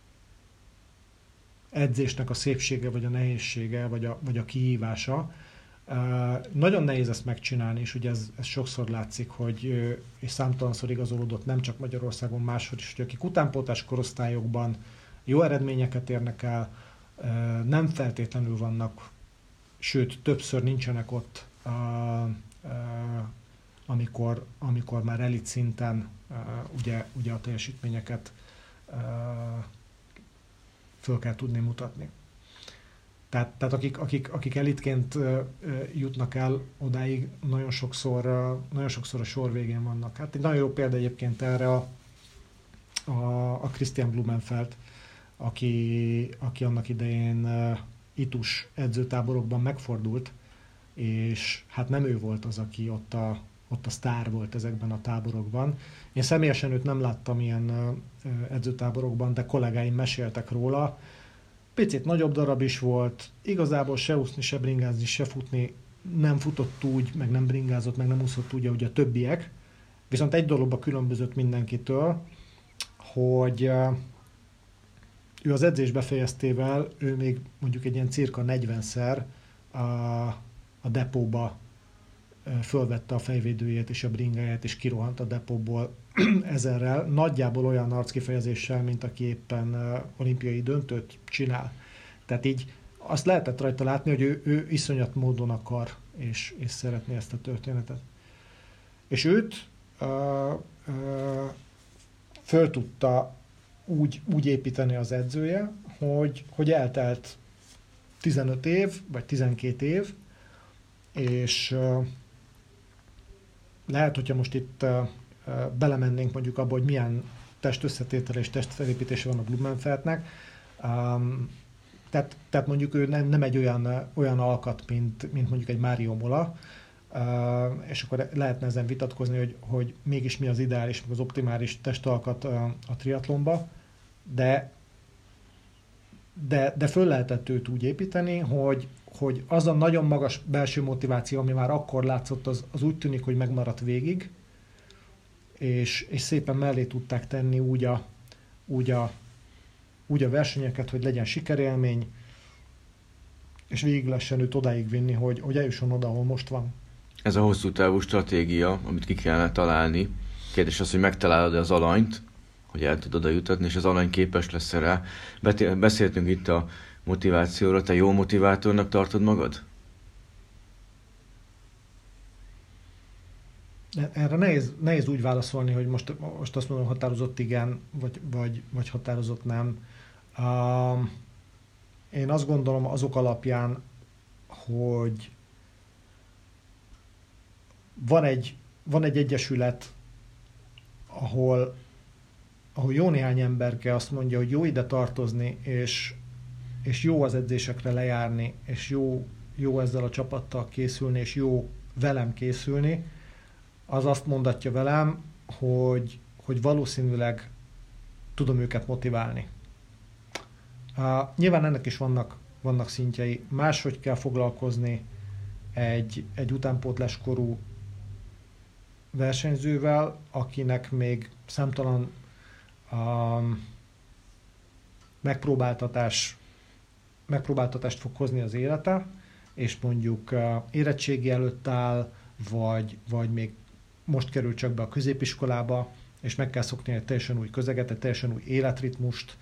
edzésnek a szépsége, vagy a nehézsége, vagy a kihívása. Nagyon nehéz ezt megcsinálni, és ugye ez sokszor látszik, és számtalanszor igazolódott nem csak Magyarországon, máshol is, hogy akik utánpótlás korosztályokban jó eredményeket érnek el, nem feltétlenül vannak, sőt, többször nincsenek ott, amikor már elit szinten ugye a teljesítményeket föl kell tudni mutatni. Tehát akik elitként jutnak el odáig, nagyon sokszor a sor végén vannak. Hát egy nagyon jó példa egyébként erre a Christian Blumenfeld, aki annak idején itus edzőtáborokban megfordult, és hát nem ő volt az, aki ott a sztár volt ezekben a táborokban. Én személyesen őt nem láttam ilyen edzőtáborokban, de kollégáim meséltek róla. Picit nagyobb darab is volt, igazából se úszni, se bringázni, se futni nem futott úgy, meg nem bringázott, meg nem úszott úgy, ahogy a többiek. Viszont egy dologba különbözött mindenkitől, hogy ő az edzés befejeztével, ő még mondjuk egy ilyen cirka 40-szer a depóba fölvette a fejvédőjét és a bringáját, és kirohant a depóból 1000-rel, nagyjából olyan arckifejezéssel, mint aki éppen olimpiai döntőt csinál. Tehát így azt lehetett rajta látni, hogy ő iszonyat módon akar, és szeretné ezt a történetet. És őt föl tudta úgy építeni az edzője, hogy eltelt 15 év, vagy 12 év, és lehet, hogyha most itt belemennénk mondjuk abba, hogy milyen testösszetétele és testfelépítése van a Blumenfeldnek. Tehát mondjuk ő nem egy olyan alkat, mint mondjuk egy Mário Mola, és akkor lehetne ezen vitatkozni, hogy mégis mi az ideális, meg az optimális testalkat a triatlonba, de föl lehetett őt úgy építeni, hogy az a nagyon magas belső motiváció, ami már akkor látszott, az úgy tűnik, hogy megmaradt végig, és szépen mellé tudták tenni úgy a versenyeket, hogy legyen sikerélmény, és végig lehessen őt odáig vinni, hogy eljusson oda, ahol most van. Ez a hosszú távú stratégia, amit ki kellene találni. Kérdés az, hogy megtalálod az alanyt, hogy el tudod oda jutatni, és az alany képes lesz rá. Beszéltünk itt a motivációra. Te jó motivátornak tartod magad? Erre nehéz úgy válaszolni, hogy most azt mondom, határozott igen, vagy határozott nem. Én azt gondolom azok alapján, hogy van egy egyesület, ahol jó néhány emberke azt mondja, hogy jó ide tartozni, és jó az edzésekre lejárni, és jó ezzel a csapattal készülni, és jó velem készülni, az azt mondatja velem, hogy valószínűleg tudom őket motiválni. Nyilván ennek is vannak szintjei. Máshogy kell foglalkozni egy utánpótláskorú versenyzővel, akinek még számtalan megpróbáltatást fog hozni az élete, és mondjuk érettségi előtt áll, vagy még most kerül csak be a középiskolába, és meg kell szokni egy teljesen új közeget, egy teljesen új életritmust,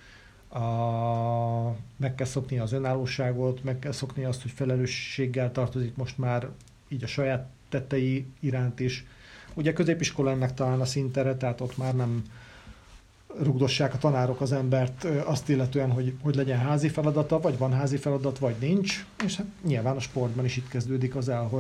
meg kell szokni az önállóságot, meg kell szokni azt, hogy felelősséggel tartozik most már így a saját tettei iránt is. Ugye középiskola ennek talán a szintere, tehát ott már nem rugdossák a tanárok az embert azt illetően, hogy legyen házi feladata, vagy van házi feladat, vagy nincs, és hát nyilván a sportban is itt kezdődik az el,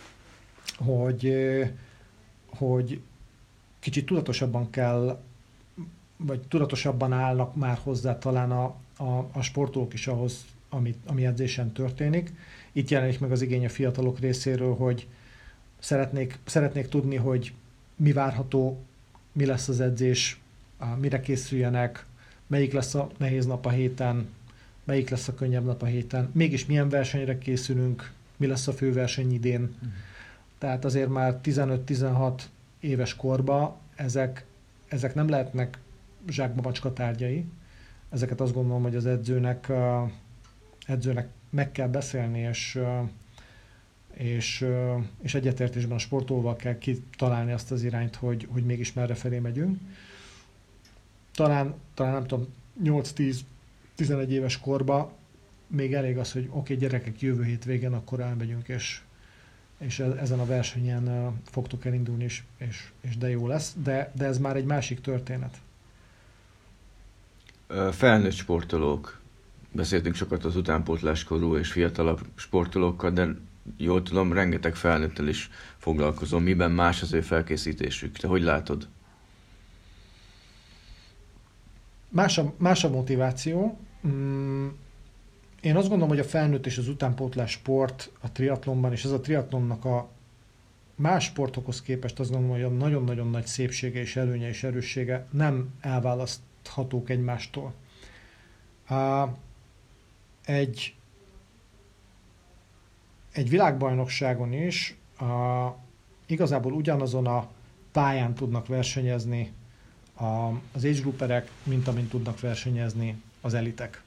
hogy kicsit tudatosabban kell, vagy tudatosabban állnak már hozzá talán a sportolók is ahhoz, ami edzésen történik. Itt jelenik meg az igény a fiatalok részéről, hogy szeretnék tudni, hogy mi várható, mi lesz az edzés, mire készüljenek, melyik lesz a nehéz nap a héten, melyik lesz a könnyebb nap a héten, mégis milyen versenyre készülünk, mi lesz a főverseny idén. Tehát azért már 15-16 éves korban ezek nem lehetnek zsákba macska tárgyai. Ezeket azt gondolom, hogy az edzőnek meg kell beszélni, és egyetértésben a sportolóval kell kitalálni azt az irányt, hogy mégis merre felé megyünk. Talán nem tudom, 8-10-11 éves korban még elég az, hogy oké, gyerekek, jövő hétvégén akkor elmegyünk, és ezen a versenyen fogtok elindulni, és de jó lesz, de ez már egy másik történet. Felnőtt sportolók, beszéltünk sokat az utánpótláskorú és fiatalabb sportolókkal, de jól tudom, rengeteg felnőttel is foglalkozom. Miben más az ő felkészítésük? Te hogy látod? Más a motiváció. Én azt gondolom, hogy a felnőtt és az utánpótlás sport a triatlonban, és ez a triatlonnak a más sportokhoz képest azt gondolom, hogy a nagyon-nagyon nagy szépsége és előnye és erőssége nem elválaszthatók egymástól. Egy világbajnokságon is igazából ugyanazon a pályán tudnak versenyezni az age grouperek, mint amint tudnak versenyezni az elitek.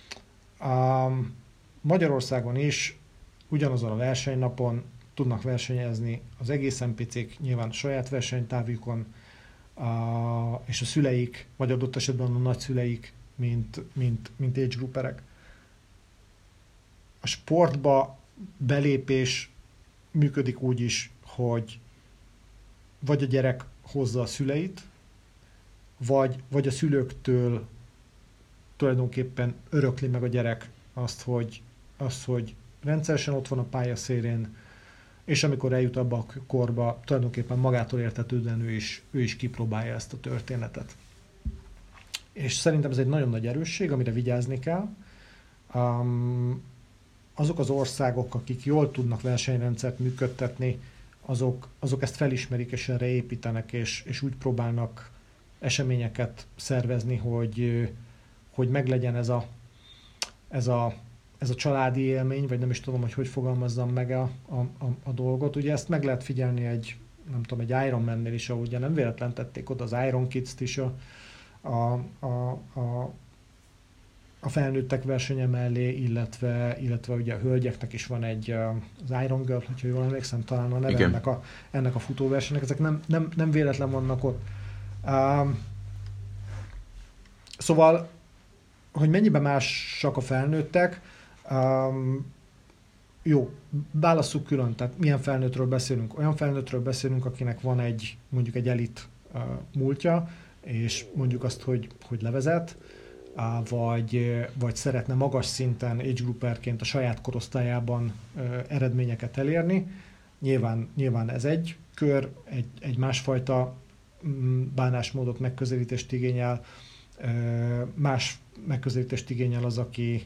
Magyarországon is ugyanazon a versenynapon tudnak versenyezni az egészen picik, nyilván a saját versenytávjukon, és a szüleik, vagy adott esetben a nagyszüleik, mint age grouperek. A sportba belépés működik úgy is, hogy vagy a gyerek hozza a szüleit, vagy a szülőktől tulajdonképpen örökli meg a gyerek azt, hogy rendszeresen ott van a pályaszélén, és amikor eljut abba a korba, tulajdonképpen magától értetődően ő is kipróbálja ezt a történetet. És szerintem ez egy nagyon nagy erősség, amire vigyázni kell. Azok az országok, akik jól tudnak versenyrendszert működtetni, azok ezt felismerik, és erre építenek, és úgy próbálnak eseményeket szervezni, hogy meglegyen ez a családi élmény, vagy nem is tudom, hogy fogalmazzam meg a dolgot. Ugye ezt meg lehet figyelni egy Ironman-nél is, ahol ugye nem véletlen tették oda az Iron Kids-t is a felnőttek versenye mellé, illetve ugye a hölgyeknek is van az Iron Girl, hogyha jól emlékszem, talán a neve ennek a futóversenynek. Ezek nem véletlen vannak ott. Szóval, hogy mennyiben másak a felnőttek, jó, válasszuk külön, tehát milyen felnőttről beszélünk. Olyan felnőttről beszélünk, akinek van mondjuk egy elit múltja, és mondjuk azt, hogy levezet, vagy szeretne magas szinten age grouperként a saját korosztályában eredményeket elérni. Nyilván ez egy kör, egy másfajta bánásmódot, megközelítést igényel. Más megközelítést igényel az, aki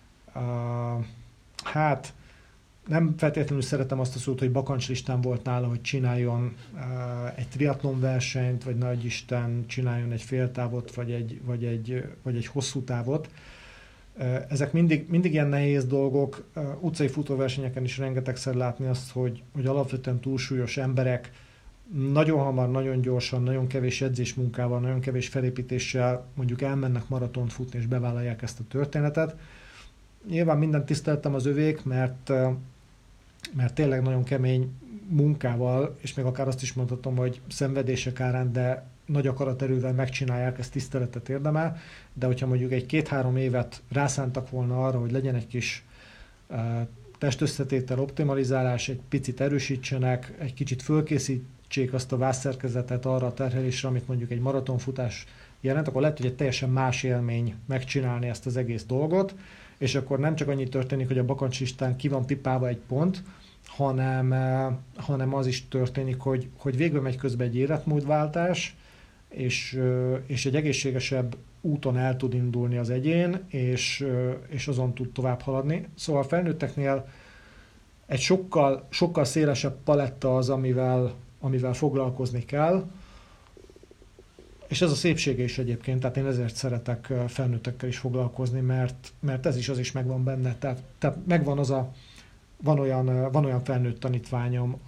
nem feltétlenül szeretem azt a szót, hogy bakancslistán volt nála, hogy csináljon egy triatlon versenyt, vagy nagy Isten csináljon egy féltávot, vagy egy hosszú távot. Ezek mindig ilyen nehéz dolgok. Utcai futóversenyeken is rengetegszer látni azt, hogy alapvetően túlsúlyos emberek nagyon hamar, nagyon gyorsan, nagyon kevés edzésmunkával, nagyon kevés felépítéssel mondjuk elmennek maratont futni, és bevállalják ezt a történetet. Nyilván minden tiszteltem az övék, mert tényleg nagyon kemény munkával, és még akár azt is mondhatom, hogy szenvedések árán, de nagy akaraterővel megcsinálják, ezt tiszteletet érdemel, de hogyha mondjuk egy 2-3 évet rászántak volna arra, hogy legyen egy kis testösszetétel optimalizálás, egy picit erősítsenek, egy kicsit fölkészítsék azt a vászszerkezetet arra a terhelésre, amit mondjuk egy maratonfutás jelent, akkor lehet, hogy egy teljesen más élmény megcsinálni ezt az egész dolgot, és akkor nem csak annyi történik, hogy a bakancslistán ki van pipálva egy pont, hanem az is történik, hogy végbe megy közben egy életmódváltás, és egy egészségesebb úton el tud indulni az egyén, és azon tud tovább haladni. Szóval a felnőtteknél egy sokkal szélesebb paletta az, amivel foglalkozni kell, és ez a szépsége is egyébként, tehát én ezért szeretek felnőttekkel is foglalkozni, mert ez is az is megvan benne. Tehát megvan van olyan felnőtt tanítványom,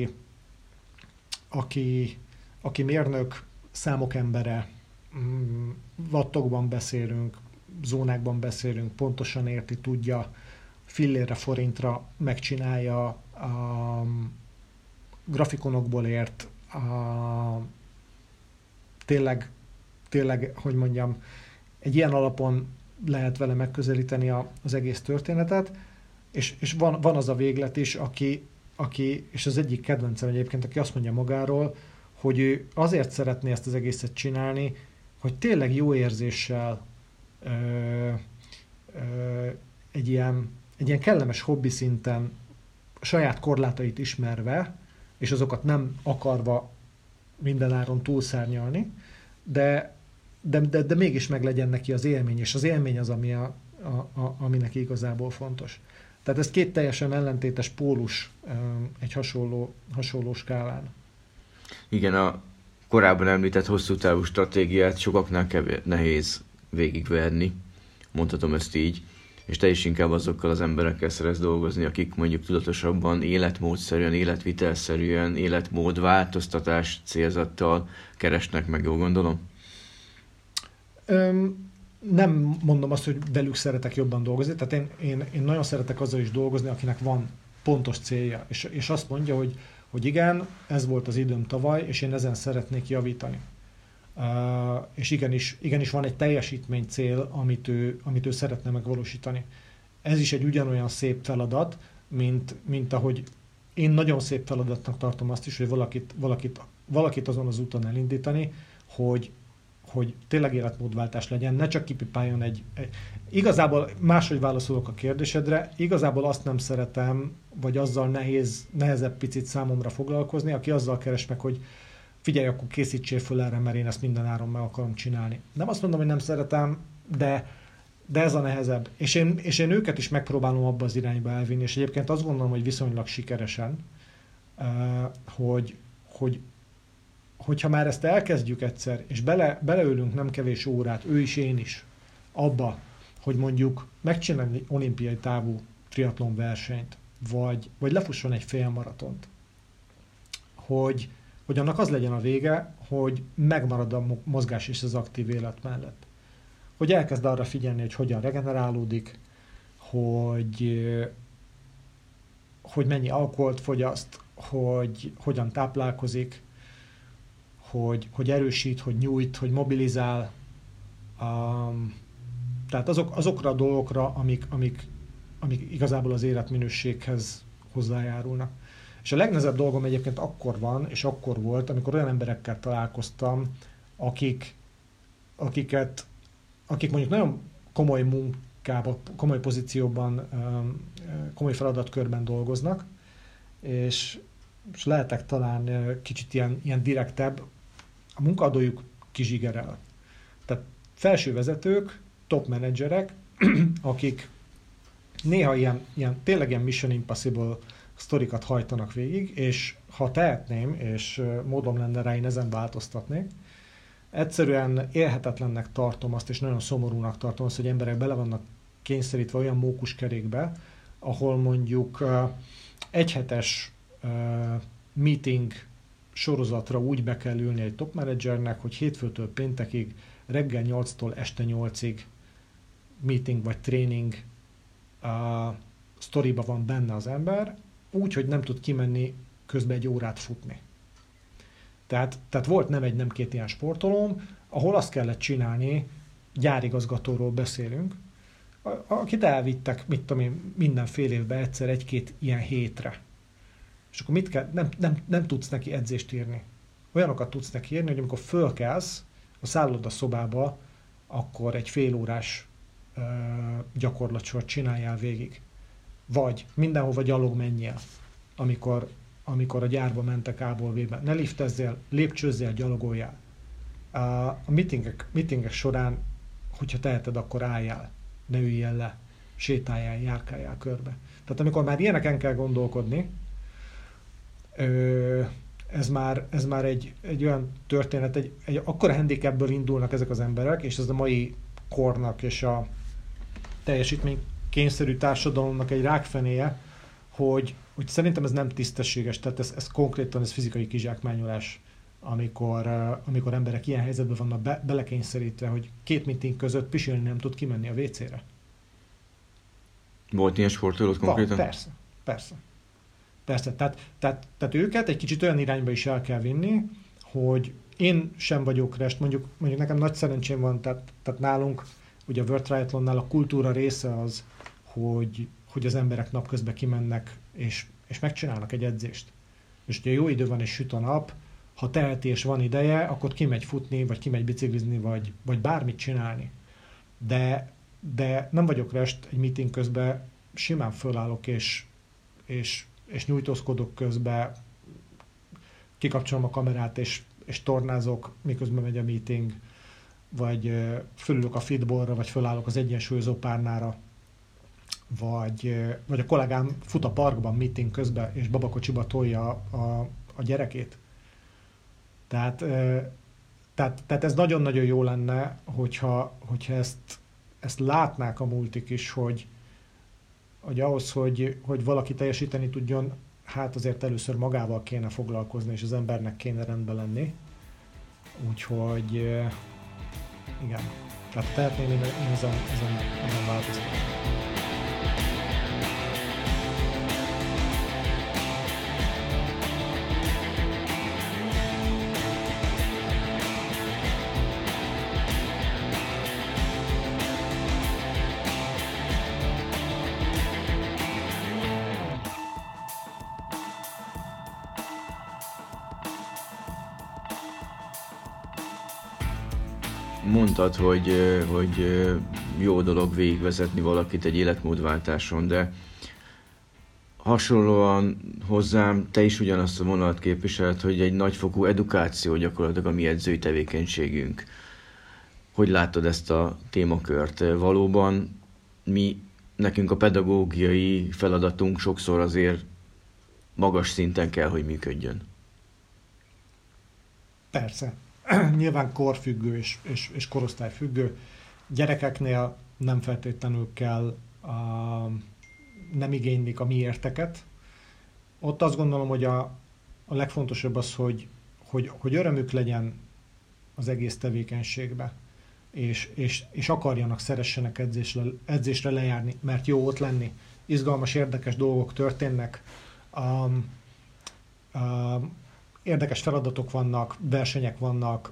aki mérnök, számok embere, wattokban beszélünk, zónákban beszélünk, pontosan érti, tudja, fillérre, forintra megcsinálja, a grafikonokból ért, tényleg, hogy mondjam, egy ilyen alapon lehet vele megközelíteni az egész történetet, és van az a véglet is, aki, és az egyik kedvencem egyébként, aki azt mondja magáról, hogy ő azért szeretné ezt az egészet csinálni, hogy tényleg jó érzéssel egy ilyen kellemes hobbi szinten saját korlátait ismerve, és azokat nem akarva mindenáron túlszárnyalni, de mégis meg legyen neki az élmény, és az élmény az, ami neki igazából fontos. Tehát ez két teljesen ellentétes pólus egy hasonló skálán. Igen, a korábban említett hosszú távú stratégiát sokaknál nehéz végigverni, mondhatom ezt így, és te is inkább azokkal az emberekkel szeretsz dolgozni, akik mondjuk tudatosabban, életmódszerűen, életvitelszerűen, életmódváltoztatás célzattal keresnek meg, jól gondolom? Nem mondom azt, hogy velük szeretek jobban dolgozni, tehát én nagyon szeretek azzal is dolgozni, akinek van pontos célja, és azt mondja, hogy igen, ez volt az időm tavaly, és én ezen szeretnék javítani. És igenis van egy teljesítmény cél, amit ő szeretne megvalósítani. Ez is egy ugyanolyan szép feladat, mint ahogy én nagyon szép feladatnak tartom azt is, hogy valakit azon az úton elindítani, hogy tényleg életmódváltás legyen, ne csak kipipáljon Igazából máshogy válaszolok a kérdésedre, igazából azt nem szeretem, vagy azzal nehezebb picit számomra foglalkozni, aki azzal keres meg, hogy figyelj, akkor készítsél föl erre, mert én ezt minden áron meg akarom csinálni. Nem azt mondom, hogy nem szeretem, de ez a nehezebb. És én őket is megpróbálom abba az irányba elvinni, és egyébként azt gondolom, hogy viszonylag sikeresen, hogyha már ezt elkezdjük egyszer, és beleülünk nem kevés órát, ő is, én is, abba, hogy mondjuk megcsinálni egy olimpiai távú triatlon versenyt, vagy lefusson egy félmaratont, hogy annak az legyen a vége, hogy megmarad a mozgás és az aktív élet mellett. Hogy elkezd arra figyelni, hogy hogyan regenerálódik, hogy mennyi alkoholt fogyaszt, hogy hogyan táplálkozik, hogy erősít, hogy nyújt, hogy mobilizál. Tehát azokra a dolgokra, amik igazából az életminőséghez hozzájárulnak. És a legnehezebb dolgom egyébként akkor van, és akkor volt, amikor olyan emberekkel találkoztam, akik mondjuk nagyon komoly munkában, komoly pozícióban, komoly feladatkörben dolgoznak, és lehetek talán kicsit ilyen direktebb, a munkaadójuk kizsigerel. Tehát felső vezetők, top menedzserek, akik néha tényleg ilyen Mission Impossible sztorikat hajtanak végig, és ha tehetném, és módom lenne rá, én ezen változtatnék, egyszerűen élhetetlennek tartom azt, és nagyon szomorúnak tartom azt, hogy emberek bele vannak kényszerítve olyan mókuskerékbe, ahol mondjuk egyhetes meeting sorozatra úgy be kell ülni egy top menedzsernek, hogy hétfőtől péntekig, reggel 8-tól este 8-ig meeting vagy tréning sztoriba van benne az ember, úgy, hogy nem tud kimenni közben egy órát futni. Tehát volt nem egy, nem két ilyen sportolóm, ahol azt kellett csinálni, gyárigazgatóról beszélünk, akit elvittek, mit tudom én, minden fél évben egyszer egy-két ilyen hétre. És akkor mit kell, nem tudsz neki edzést írni. Olyanokat tudsz neki írni, hogy amikor fölkelsz a szálloda szobába, akkor egy fél órás gyakorlatsort csináljál végig. Vagy mindenhova gyalog menjél, amikor a gyárba mentek A-ból B-be. Ne liftezzél, lépcsőzzél, gyalogoljál. A meetingek során, hogyha teheted, akkor álljál, ne üljél le, sétáljál, járkáljál körbe. Tehát amikor már ilyeneken kell gondolkodni, ez már egy olyan történet, egy akkora handicapből indulnak ezek az emberek, és ez a mai kornak és a teljesítménykényszerű társadalomnak egy rákfenéje, hogy szerintem ez nem tisztességes, tehát ez konkrétan ez fizikai kizsákmányolás, amikor emberek ilyen helyzetben vannak belekényszerítve, hogy 2 meeting között pisilni nem tud kimenni a WC-re. Volt ilyen sportolót konkrétan? Persze. Tehát őket egy kicsit olyan irányba is el kell vinni, hogy én sem vagyok rest, mondjuk nekem nagy szerencsém van, tehát nálunk, ugye a World Triathlonnál a kultúra része az, hogy az emberek napközben kimennek, és megcsinálnak egy edzést. És ugye jó idő van és süt a nap, ha teheti és van ideje, akkor kimegy futni, vagy kimegy biciklizni, vagy bármit csinálni. De nem vagyok rest egy meeting közben, simán fölállok, és nyújtózkodok közben, kikapcsolom a kamerát, és tornázok, miközben megy a meeting, vagy fölülök a fitballra, vagy fölállok az egyensúlyozó párnára, vagy a kollégám fut a parkban meeting közben, és babakocsiba tolja a gyerekét. Tehát ez nagyon-nagyon jó lenne, hogyha ezt látnák a multik is, hogy ahhoz, hogy valaki teljesíteni tudjon, hát azért először magával kéne foglalkozni, és az embernek kéne rendben lenni. Úgyhogy igen, tehát tehetném én ezen változtatni. Mondtad, hogy jó dolog végigvezetni valakit egy életmódváltáson, de hasonlóan hozzám te is ugyanazt a vonalat képviseled, hogy egy nagyfokú edukáció gyakorlatilag a mi edzői tevékenységünk. Hogy látod ezt a témakört? Valóban nekünk a pedagógiai feladatunk sokszor azért magas szinten kell, hogy működjön. Persze. Nyilván korfüggő és korosztályfüggő. Gyerekeknél nem feltétlenül kell, nem igénylik a mi érteket. Ott azt gondolom, hogy a legfontosabb az, hogy örömük legyen az egész tevékenységbe, és akarjanak, szeressenek edzésre lejárni, mert jó ott lenni. Izgalmas, érdekes dolgok történnek. Érdekes feladatok vannak, versenyek vannak,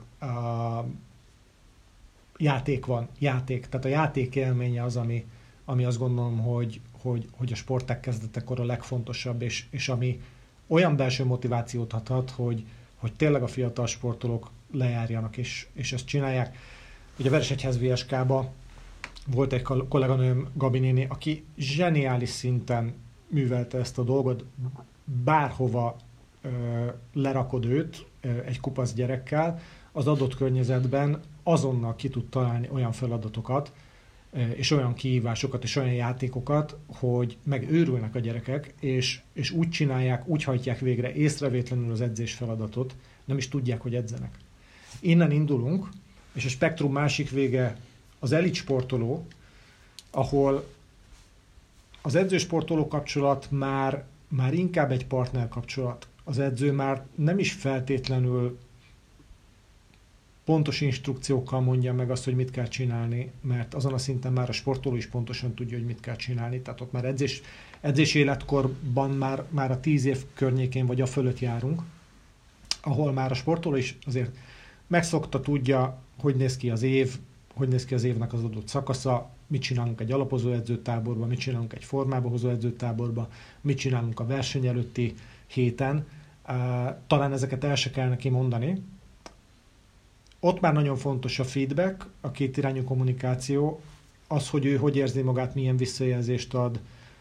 játék van. Tehát a játék élménye az, ami azt gondolom, hogy a sporták kezdetekor a legfontosabb, és ami olyan belső motivációt adhat, hogy tényleg a fiatal sportolók lejárjanak, és ezt csinálják. Ugye a Veresegyház VSK-ba volt egy kolléganőm, Gabi néni, aki zseniális szinten művelte ezt a dolgot, bárhova lerakod őt egy kupasz gyerekkel, az adott környezetben azonnal ki tud találni olyan feladatokat, és olyan kihívásokat, és olyan játékokat, hogy megőrülnek a gyerekek, és úgy csinálják, úgy hajtják végre észrevétlenül az edzés feladatot, nem is tudják, hogy edzenek. Innen indulunk, és a spektrum másik vége az elit sportoló, ahol az edzősportoló kapcsolat már inkább egy partner kapcsolat. Az edző már nem is feltétlenül pontos instrukciókkal mondja meg azt, hogy mit kell csinálni, mert azon a szinten már a sportoló is pontosan tudja, hogy mit kell csinálni. Tehát ott már edzés életkorban már a 10 év környékén vagy a fölött járunk, ahol már a sportoló is azért megszokta, tudja, hogy néz ki az év, hogy néz ki az évnek az adott szakasza, mit csinálunk egy alapozó edzőtáborban, mit csinálunk egy formába hozó edzőtáborban, mit csinálunk a verseny előtti héten. Talán ezeket el se kell neki mondani. Ott már nagyon fontos a feedback, a kétirányú kommunikáció, az, hogy ő hogy érzi magát, milyen visszajelzést ad.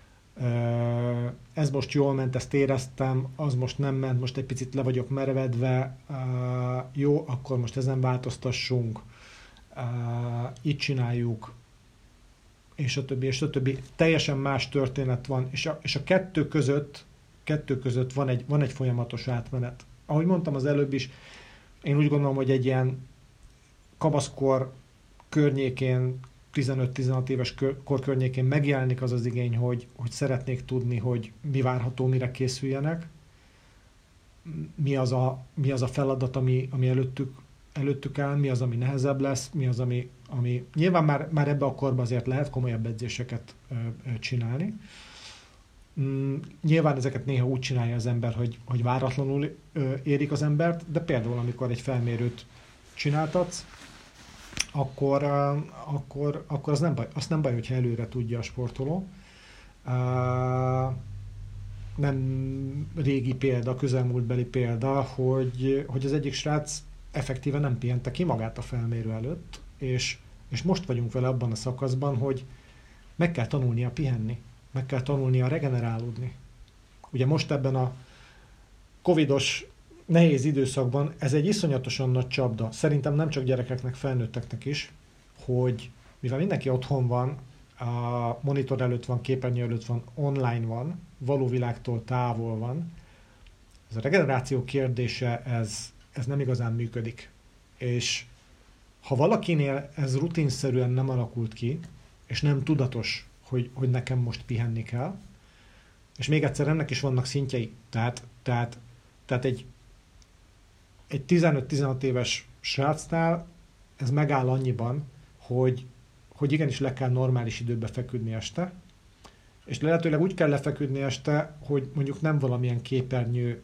Ez most jól ment, ezt éreztem, az most nem ment, most egy picit le vagyok merevedve, jó, akkor most ezen változtassunk, így csináljuk, és a többi, és a többi. Teljesen más történet van, és a kettő között van egy folyamatos átmenet. Ahogy mondtam az előbb is, én úgy gondolom, hogy egy ilyen kamaszkor környékén, 15-16 éves kor környékén megjelenik az az igény, hogy szeretnék tudni, hogy mi várható, mire készüljenek, mi az a feladat, ami előttük áll, mi az, ami nehezebb lesz, mi az, ami nyilván már ebbe a korban azért lehet komolyabb edzéseket csinálni. Nyilván ezeket néha úgy csinálja az ember, hogy váratlanul érik az embert, de például amikor egy felmérőt csináltatsz, akkor az nem baj, azt nem baj, hogyha előre tudja a sportoló. Nem régi példa, közelmúltbeli példa, hogy az egyik srác effektíven nem pihente ki magát a felmérő előtt, és most vagyunk vele abban a szakaszban, hogy meg kell tanulnia pihenni, meg kell tanulnia regenerálódni. Ugye most ebben a covidos nehéz időszakban ez egy iszonyatosan nagy csapda. Szerintem nem csak gyerekeknek, felnőtteknek is, hogy mivel mindenki otthon van, a monitor előtt van, képernyő előtt van, online van, való világtól távol van, ez a regeneráció kérdése, ez nem igazán működik. És ha valakinél ez rutinszerűen nem alakult ki, és nem tudatos, hogy nekem most pihenni kell, és még egyszer ennek is vannak szintjei. Tehát egy 15-16 éves srácnál ez megáll annyiban, hogy igenis le kell normális időbe feküdni este, és lehetőleg úgy kell lefeküdni este, hogy mondjuk nem valamilyen képernyő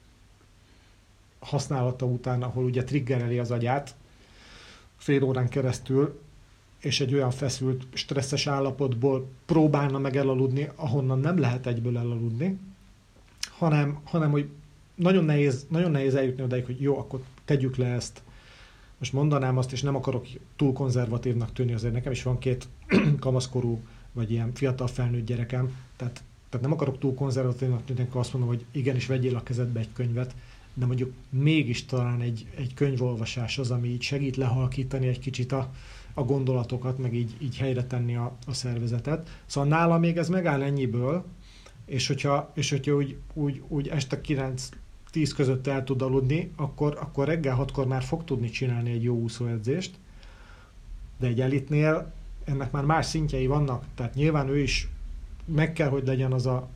használata után, ahol ugye triggereli az agyát fél órán keresztül, és egy olyan feszült, stresszes állapotból próbálna meg elaludni, ahonnan nem lehet egyből elaludni, hanem hogy nagyon nehéz eljutni odáig, hogy jó, akkor tegyük le ezt. Most mondanám azt, és nem akarok túl konzervatívnak tűnni, azért nekem is van 2 kamaszkorú, vagy ilyen fiatal felnőtt gyerekem, tehát nem akarok túl konzervatívnak tűnni, akkor azt mondom, hogy igenis vegyél a kezedbe egy könyvet, de mondjuk mégis talán egy könyvolvasás az, ami így segít lehalkítani egy kicsit a gondolatokat, meg így helyre tenni a szervezetet. Szóval nála még ez megáll ennyiből, és hogyha úgy este 9-10 között el tud aludni, akkor reggel 6-kor már fog tudni csinálni egy jó úszóedzést, de egy elitnél ennek már más szintjei vannak, tehát nyilván ő is meg kell, hogy legyen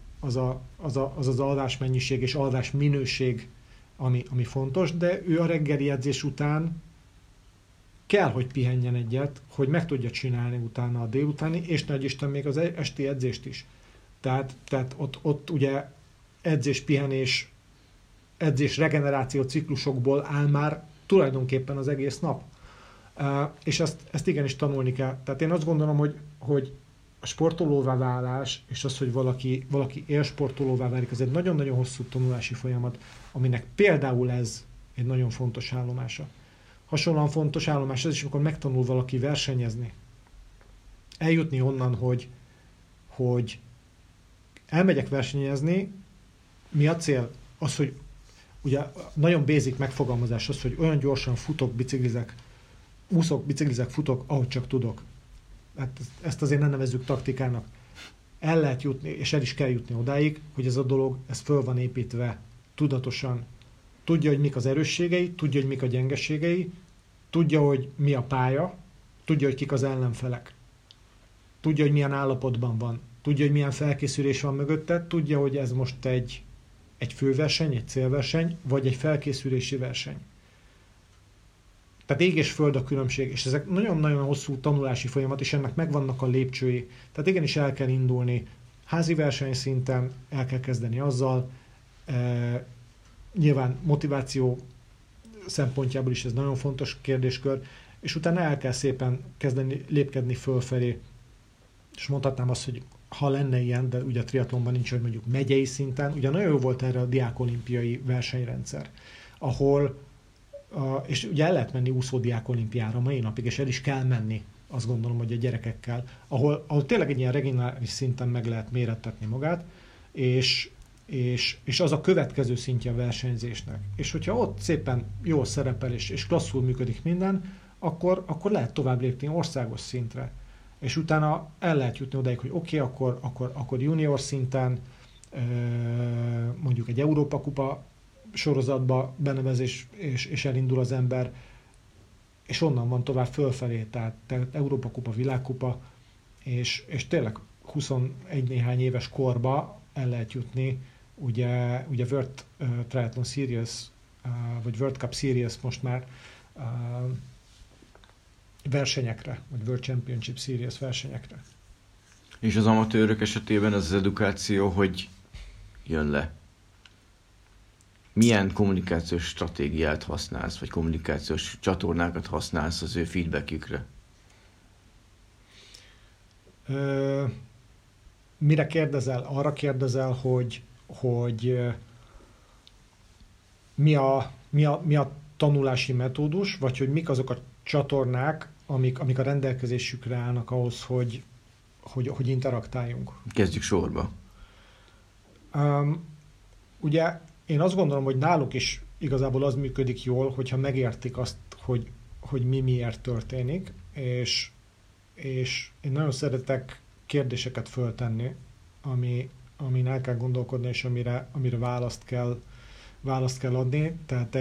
az alvásmennyiség és alvásminőség, ami fontos, de ő a reggeli edzés után kell, hogy pihenjen egyet, hogy meg tudja csinálni utána a délutáni, és nagy Isten még az esti edzést is. Tehát ott ugye edzés-pihenés, edzés-regeneráció ciklusokból áll már tulajdonképpen az egész nap. És ezt igenis tanulni kell. Tehát én azt gondolom, hogy a sportolóvá válás, és az, hogy valaki élsportolóvá válik, ez egy nagyon-nagyon hosszú tanulási folyamat, aminek például ez egy nagyon fontos állomása. Hasonlóan fontos állomás az is, amikor megtanul valaki versenyezni. Eljutni onnan, hogy elmegyek versenyezni, mi a cél? Az, hogy ugye nagyon basic megfogalmazás az, hogy olyan gyorsan futok, biciklizek, úszok, biciklizek, futok, ahogy csak tudok. Hát ezt azért nem nevezzük taktikának. El lehet jutni, és el is kell jutni odáig, hogy ez a dolog, ez föl van építve tudatosan. Tudja, hogy mik az erősségei, tudja, hogy mik a gyengeségei, tudja, hogy mi a pálya, tudja, hogy kik az ellenfelek. Tudja, hogy milyen állapotban van. Tudja, hogy milyen felkészülés van mögötte, tudja, hogy ez most egy főverseny, egy célverseny, vagy egy felkészülési verseny. Tehát ég és föld a különbség, és ezek nagyon-nagyon hosszú tanulási folyamat, és ennek megvannak a lépcsői. Tehát igenis el kell indulni házi versenyszinten, el kell kezdeni azzal, nyilván motiváció szempontjából is ez nagyon fontos kérdéskör, és utána el kell szépen kezdeni lépkedni fölfelé, és mondhatnám azt, hogy ha lenne ilyen, de ugye a triatlonban nincs, hogy mondjuk megyei szinten, ugye nagyon jó volt erre a diákolimpiai versenyrendszer, ahol, és ugye el lehet menni úszódiákolimpiára mai napig, és el is kell menni, azt gondolom, hogy a gyerekekkel, ahol tényleg egy ilyen regionális szinten meg lehet mérettetni magát, és az a következő szintje a versenyzésnek. És hogyha ott szépen jól szerepel, és klasszul működik minden, akkor lehet tovább lépni országos szintre. És utána el lehet jutni odáig, hogy oké, akkor junior szinten, mondjuk egy Európa kupa sorozatba benevezés, és elindul az ember, és onnan van tovább fölfelé, tehát Európa kupa, világkupa, és tényleg 21 néhány éves korba el lehet jutni, ugye World Triathlon Series, vagy World Cup Series most már versenyekre, vagy World Championship Series versenyekre. És az amatőrök esetében az edukáció hogy jön le? Milyen kommunikációs stratégiát használsz, vagy kommunikációs csatornákat használsz az ő feedbackjükre? Mire kérdezel? Arra kérdezel, hogy mi a tanulási metódus, vagy hogy mik azok a csatornák, amik a rendelkezésükre állnak ahhoz, hogy interaktáljunk. Kezdjük sorba. Ugye én azt gondolom, hogy náluk is igazából az működik jól, hogyha megértik azt, hogy mi miért történik, és én nagyon szeretek kérdéseket föltenni, amin el kell gondolkodni, és amire választ kell adni. Tehát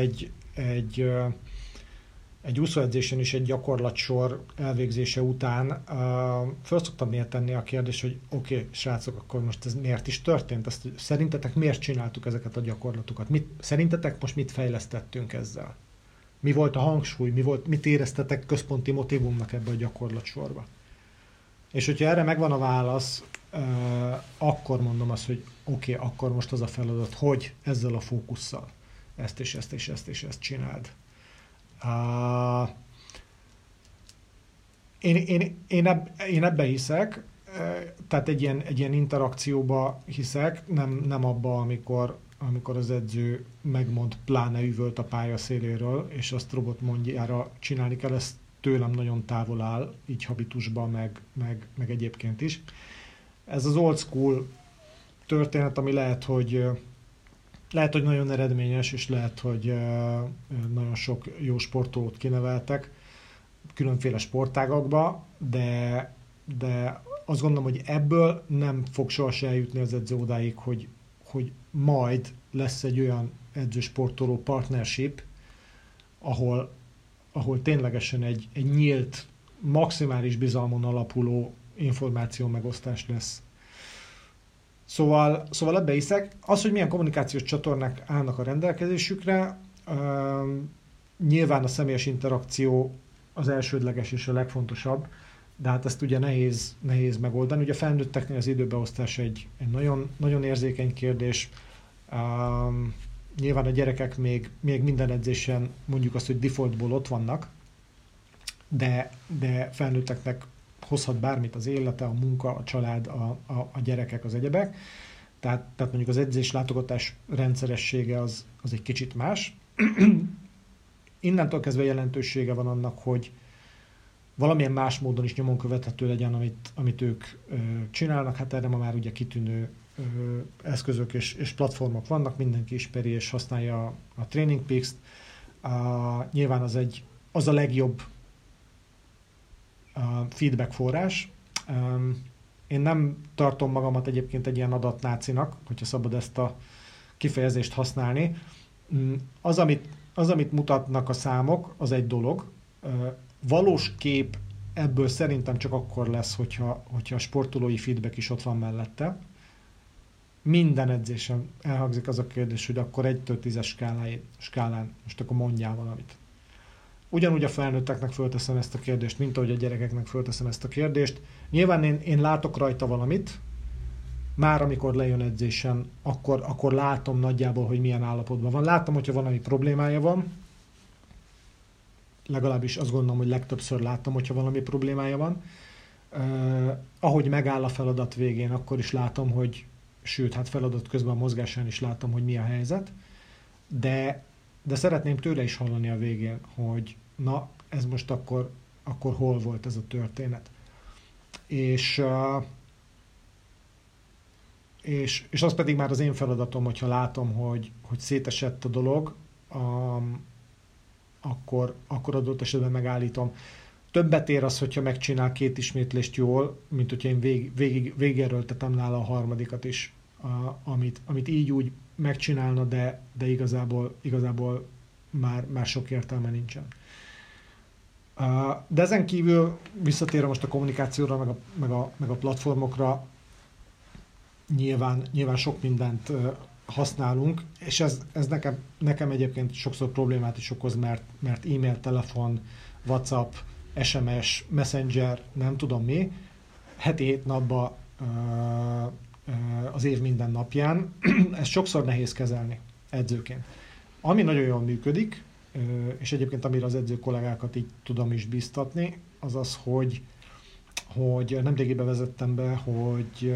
egy úszóedzésen is egy gyakorlatsor elvégzése után föl szoktam miért tenni a kérdést, hogy oké, srácok, akkor most ez miért is történt? Szerintetek miért csináltuk ezeket a gyakorlatokat? Szerintetek most mit fejlesztettünk ezzel? Mi volt a hangsúly? Mit éreztetek központi motívumnak ebbe a gyakorlatsorba? És hogyha erre megvan a válasz, akkor mondom azt, hogy oké, akkor most az a feladat, hogy ezzel a fókusszal ezt és ezt és ezt és ezt csináld. Én ebbe hiszek, tehát egy ilyen interakcióba hiszek, nem abba, amikor az edző megmond, pláne üvölt a pálya széléről, és azt robot mondjára csinálni kell, ez tőlem nagyon távol áll, így habitusban, meg egyébként is. Ez az old school történet, ami lehet, hogy nagyon eredményes, és lehet, hogy nagyon sok jó sportolót kineveltek különféle sportágakba, de azt gondolom, hogy ebből nem fog sohasem eljutni az edző odáig, hogy majd lesz egy olyan edző-sportoló partnership, ahol ténylegesen egy nyílt, maximális bizalmon alapuló információ megosztás lesz. Szóval ebbe hiszek. Az, hogy milyen kommunikációs csatornák állnak a rendelkezésükre, nyilván a személyes interakció az elsődleges és a legfontosabb, de hát ezt ugye nehéz megoldani. Ugye a felnőtteknél az időbeosztás egy nagyon, nagyon érzékeny kérdés. Nyilván a gyerekek még minden edzésen mondjuk azt, hogy defaultból ott vannak, de felnőtteknek hozhat bármit az élete, a munka, a család, a gyerekek, az egyebek. Tehát mondjuk az edzés látogatás rendszeressége az egy kicsit más. Innentől kezdve jelentősége van annak, hogy valamilyen más módon is nyomon követhető legyen, amit ők csinálnak. Hát erre ma már ugye kitűnő eszközök és platformok vannak, mindenki ismeri és használja a Training Peaks-t. Nyilván az a legjobb feedback forrás. Én nem tartom magamat egyébként egy ilyen adatnácinak, hogyha szabad ezt a kifejezést használni. Az, amit mutatnak a számok, az egy dolog. Valós kép ebből szerintem csak akkor lesz, hogyha a sportolói feedback is ott van mellette. Minden edzésen elhangzik az a kérdés, hogy akkor 1-től 10-es skálán most akkor mondjál valamit. Ugyanúgy a felnőtteknek fölteszem ezt a kérdést, mint ahogy a gyerekeknek fölteszem ezt a kérdést. Nyilván én látok rajta valamit, már amikor lejön edzésen, akkor látom nagyjából, hogy milyen állapotban van. Látom, hogyha valami problémája van, legalábbis azt gondolom, hogy legtöbbször látom, hogyha valami problémája van. Ahogy megáll a feladat végén, akkor is látom, hogy sőt, hát feladat közben a mozgásán is látom, hogy mi a helyzet. De szeretném tőle is hallani a végén, hogy na, ez most akkor hol volt ez a történet. És az pedig már az én feladatom, hogyha látom, hogy szétesett a dolog, akkor adott esetben megállítom. Többet ér az, hogyha megcsinál 2 ismétlést jól, mint hogyha én végigerőltetem nála a harmadikat is, amit így úgy megcsinálna, de igazából már sok értelme nincsen. De ezen kívül visszatérve most a kommunikációra, meg a platformokra, nyilván sok mindent használunk, és ez nekem egyébként sokszor problémát is okoz, mert e-mail, telefon, WhatsApp, SMS, Messenger, nem tudom mi, heti 7 napban az év minden napján. Ezt sokszor nehéz kezelni edzőként. Ami nagyon jól működik, és egyébként amire az edző kollégákat így tudom is biztatni, az az, hogy nemrégiben vezettem be, hogy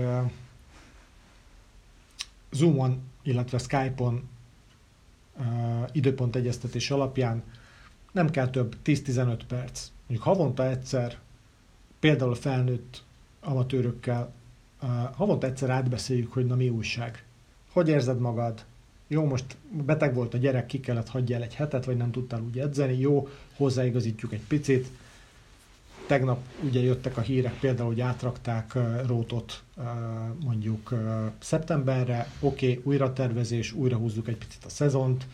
Zoomon, illetve Skype-on időpontegyeztetés alapján nem kell több 10-15 perc. Mondjuk havonta egyszer, például a felnőtt amatőrökkel, havonta egyszer átbeszéljük, hogy na mi újság. Hogy érzed magad? Jó, most beteg volt a gyerek, ki kellett hagyja el egy hetet, vagy nem tudtál úgy edzeni. Jó, hozzáigazítjuk egy picit. Tegnap ugye jöttek a hírek, például, hogy átrakták Rótot mondjuk szeptemberre. Oké, újra tervezés, újra húzzuk egy picit a szezont.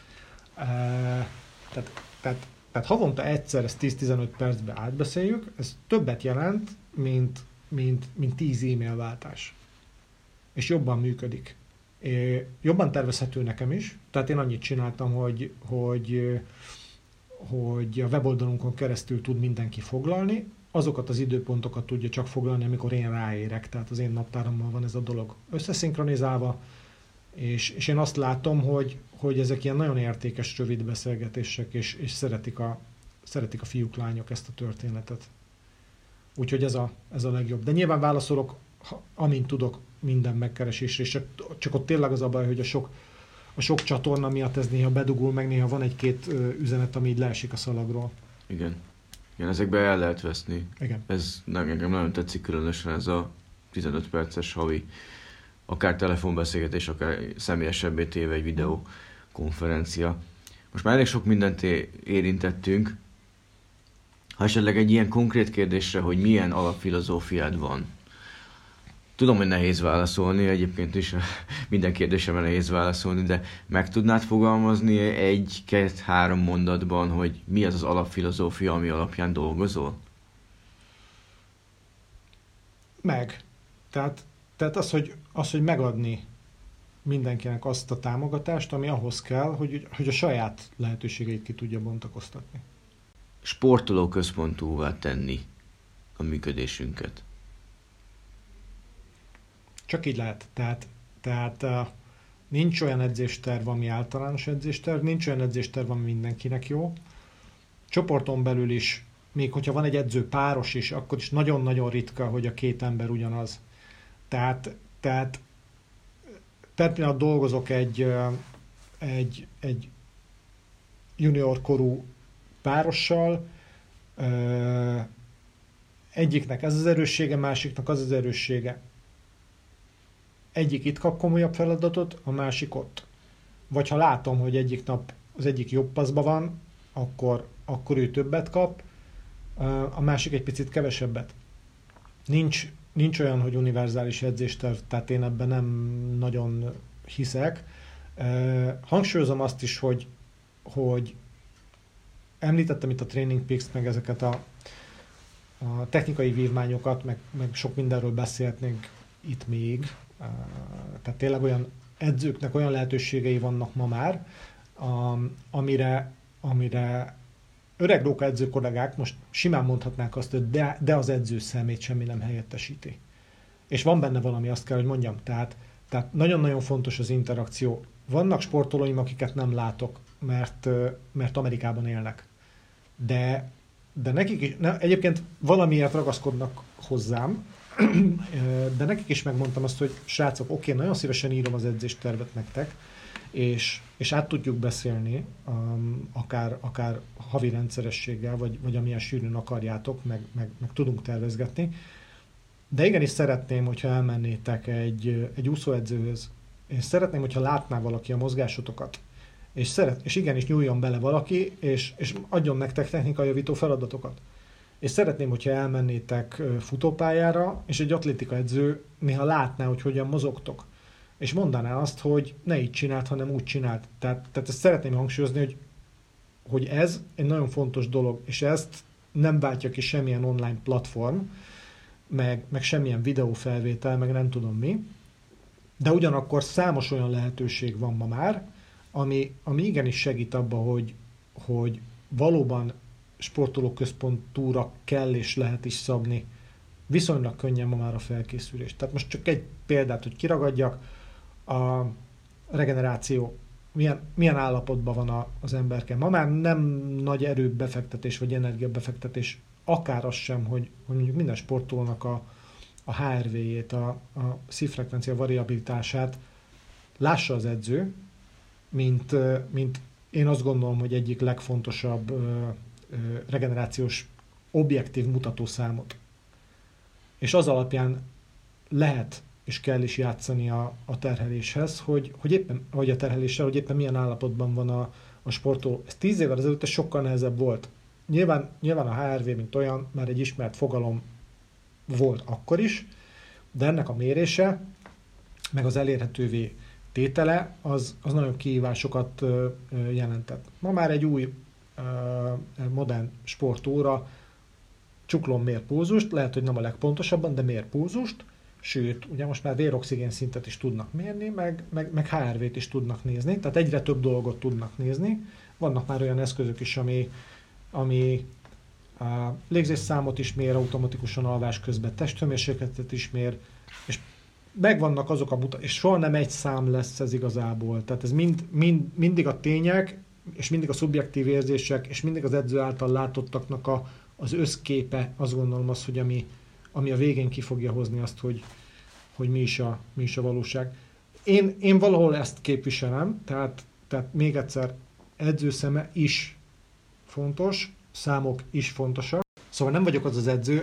Tehát havonta egyszer ezt 10-15 percben átbeszéljük, ez többet jelent, mint 10 e-mail váltás. És jobban működik. Jobban tervezhető nekem is, tehát én annyit csináltam, hogy a weboldalunkon keresztül tud mindenki foglalni, azokat az időpontokat tudja csak foglalni, amikor én ráérek, tehát az én naptárammal van ez a dolog összeszinkronizálva, és én azt látom, hogy ezek ilyen nagyon értékes, rövid beszélgetések, és szeretik a fiúk, lányok ezt a történetet. Úgyhogy ez a legjobb. De nyilván válaszolok, amint tudok, minden megkeresésre, és csak ott tényleg az a baj, hogy a sok csatorna miatt ez néha bedugul, meg néha van egy-két üzenet, ami így leesik a szalagról. Igen, ezekbe el lehet veszni. Igen. Ez nekem nagyon tetszik, különösen ez a 15 perces havi, akár telefonbeszélgetés, akár személyesebbé téve egy videókonferencia. Most már elég sok mindent érintettünk. Ha esetleg egy ilyen konkrét kérdésre, hogy milyen alapfilozófiád van, tudom, hogy nehéz válaszolni, egyébként is minden kérdésemre nehéz válaszolni, de meg tudnád fogalmazni 1-2-3 mondatban, hogy mi az az alapfilozófia, ami alapján dolgozol? Meg. Tehát az, hogy megadni mindenkinek azt a támogatást, ami ahhoz kell, hogy a saját lehetőségeit ki tudja bontakoztatni. Sportoló központúvá tenni a működésünket. Csak így lehet. Tehát nincs olyan edzésterv, ami általános edzésterv, nincs olyan edzésterv, ami mindenkinek jó. Csoporton belül is, még hogyha van egy edző páros is, akkor is nagyon-nagyon ritka, hogy a 2 ember ugyanaz. Tehát per pillanat dolgozok egy junior korú párossal, egyiknek ez az erőssége, másiknak az az erőssége. Egyik itt kap komolyabb feladatot, a másik ott. Vagy ha látom, hogy egyik nap az egyik jobb passzban van, akkor ő többet kap, a másik egy picit kevesebbet. Nincs olyan, hogy univerzális edzésterv, tehát én ebben nem nagyon hiszek. Hangsúlyozom azt is, hogy említettem itt a Training Peaks-t, meg ezeket a technikai vívmányokat, meg sok mindenről beszélhetnénk itt még. Tehát tényleg olyan edzőknek olyan lehetőségei vannak ma már, amire öreg róka edző kollégák most simán mondhatnák azt, hogy de az edző szemét semmi nem helyettesíti. És van benne valami, azt kell, hogy mondjam. Tehát nagyon-nagyon fontos az interakció. Vannak sportolóim, akiket nem látok, mert Amerikában élnek. De nekik is, egyébként valamiért ragaszkodnak hozzám, de nekik is megmondtam azt, hogy srácok, oké, nagyon szívesen írom az edzéstervet nektek, és át tudjuk beszélni, akár havi rendszerességgel, vagy amilyen sűrűn akarjátok, meg tudunk tervezgetni. De igenis szeretném, hogyha elmennétek egy úszóedzőhöz, és szeretném, hogyha látná valaki a mozgásotokat, és igenis nyúljon bele valaki, és adjon nektek technikajavító feladatokat. És szeretném, hogyha elmennétek futópályára, és egy atlétika edző néha látná, hogy hogyan mozogtok. És mondaná azt, hogy ne így csinált, hanem úgy csinált. Tehát ezt szeretném hangsúlyozni, hogy ez egy nagyon fontos dolog, és ezt nem váltja ki semmilyen online platform, meg semmilyen videófelvétel, meg nem tudom mi. De ugyanakkor számos olyan lehetőség van ma már, ami igenis segít abba, hogy valóban sportolóközpontúra kell és lehet is szabni. Viszonylag könnyen ma már a felkészülés. Tehát most csak egy példát, hogy kiragadjak, a regeneráció milyen állapotban van az emberke. Ma már nem nagy erőbefektetés vagy energiabefektetés, akár az sem, hogy mondjuk minden sportolónak a HRV-jét, a szívfrekvencia variabilitását lássa az edző, mint én azt gondolom, hogy egyik legfontosabb regenerációs objektív mutatószámot. És az alapján lehet és kell is játszani a terheléshez, hogy a terheléssel, hogy éppen milyen állapotban van a sportoló. Ez 10 évvel ezelőtt sokkal nehezebb volt. Nyilván a HRV, mint olyan, már egy ismert fogalom volt akkor is, de ennek a mérése, meg az elérhetővé tétele, az nagyon kihívásokat jelentett. Ma már egy új modern sportóra csuklón mér pulzust, lehet, hogy nem a legpontosabban, de mér pulzust, sőt, ugye most már véroxigén szintet is tudnak mérni, meg HRV-t is tudnak nézni, tehát egyre több dolgot tudnak nézni. Vannak már olyan eszközök is, ami a légzésszámot is mér, automatikusan alvás közben testhőmérsékletet is mér, és megvannak azok és soha nem egy szám lesz ez igazából. Tehát ez mindig a tények, és mindig a szubjektív érzések, és mindig az edző által látottaknak az összképe, azt gondolom az, hogy ami a végén ki fogja hozni azt, hogy mi is a valóság. Én valahol ezt képviselem, tehát még egyszer, edzőszeme is fontos, számok is fontosak. Szóval nem vagyok az edző,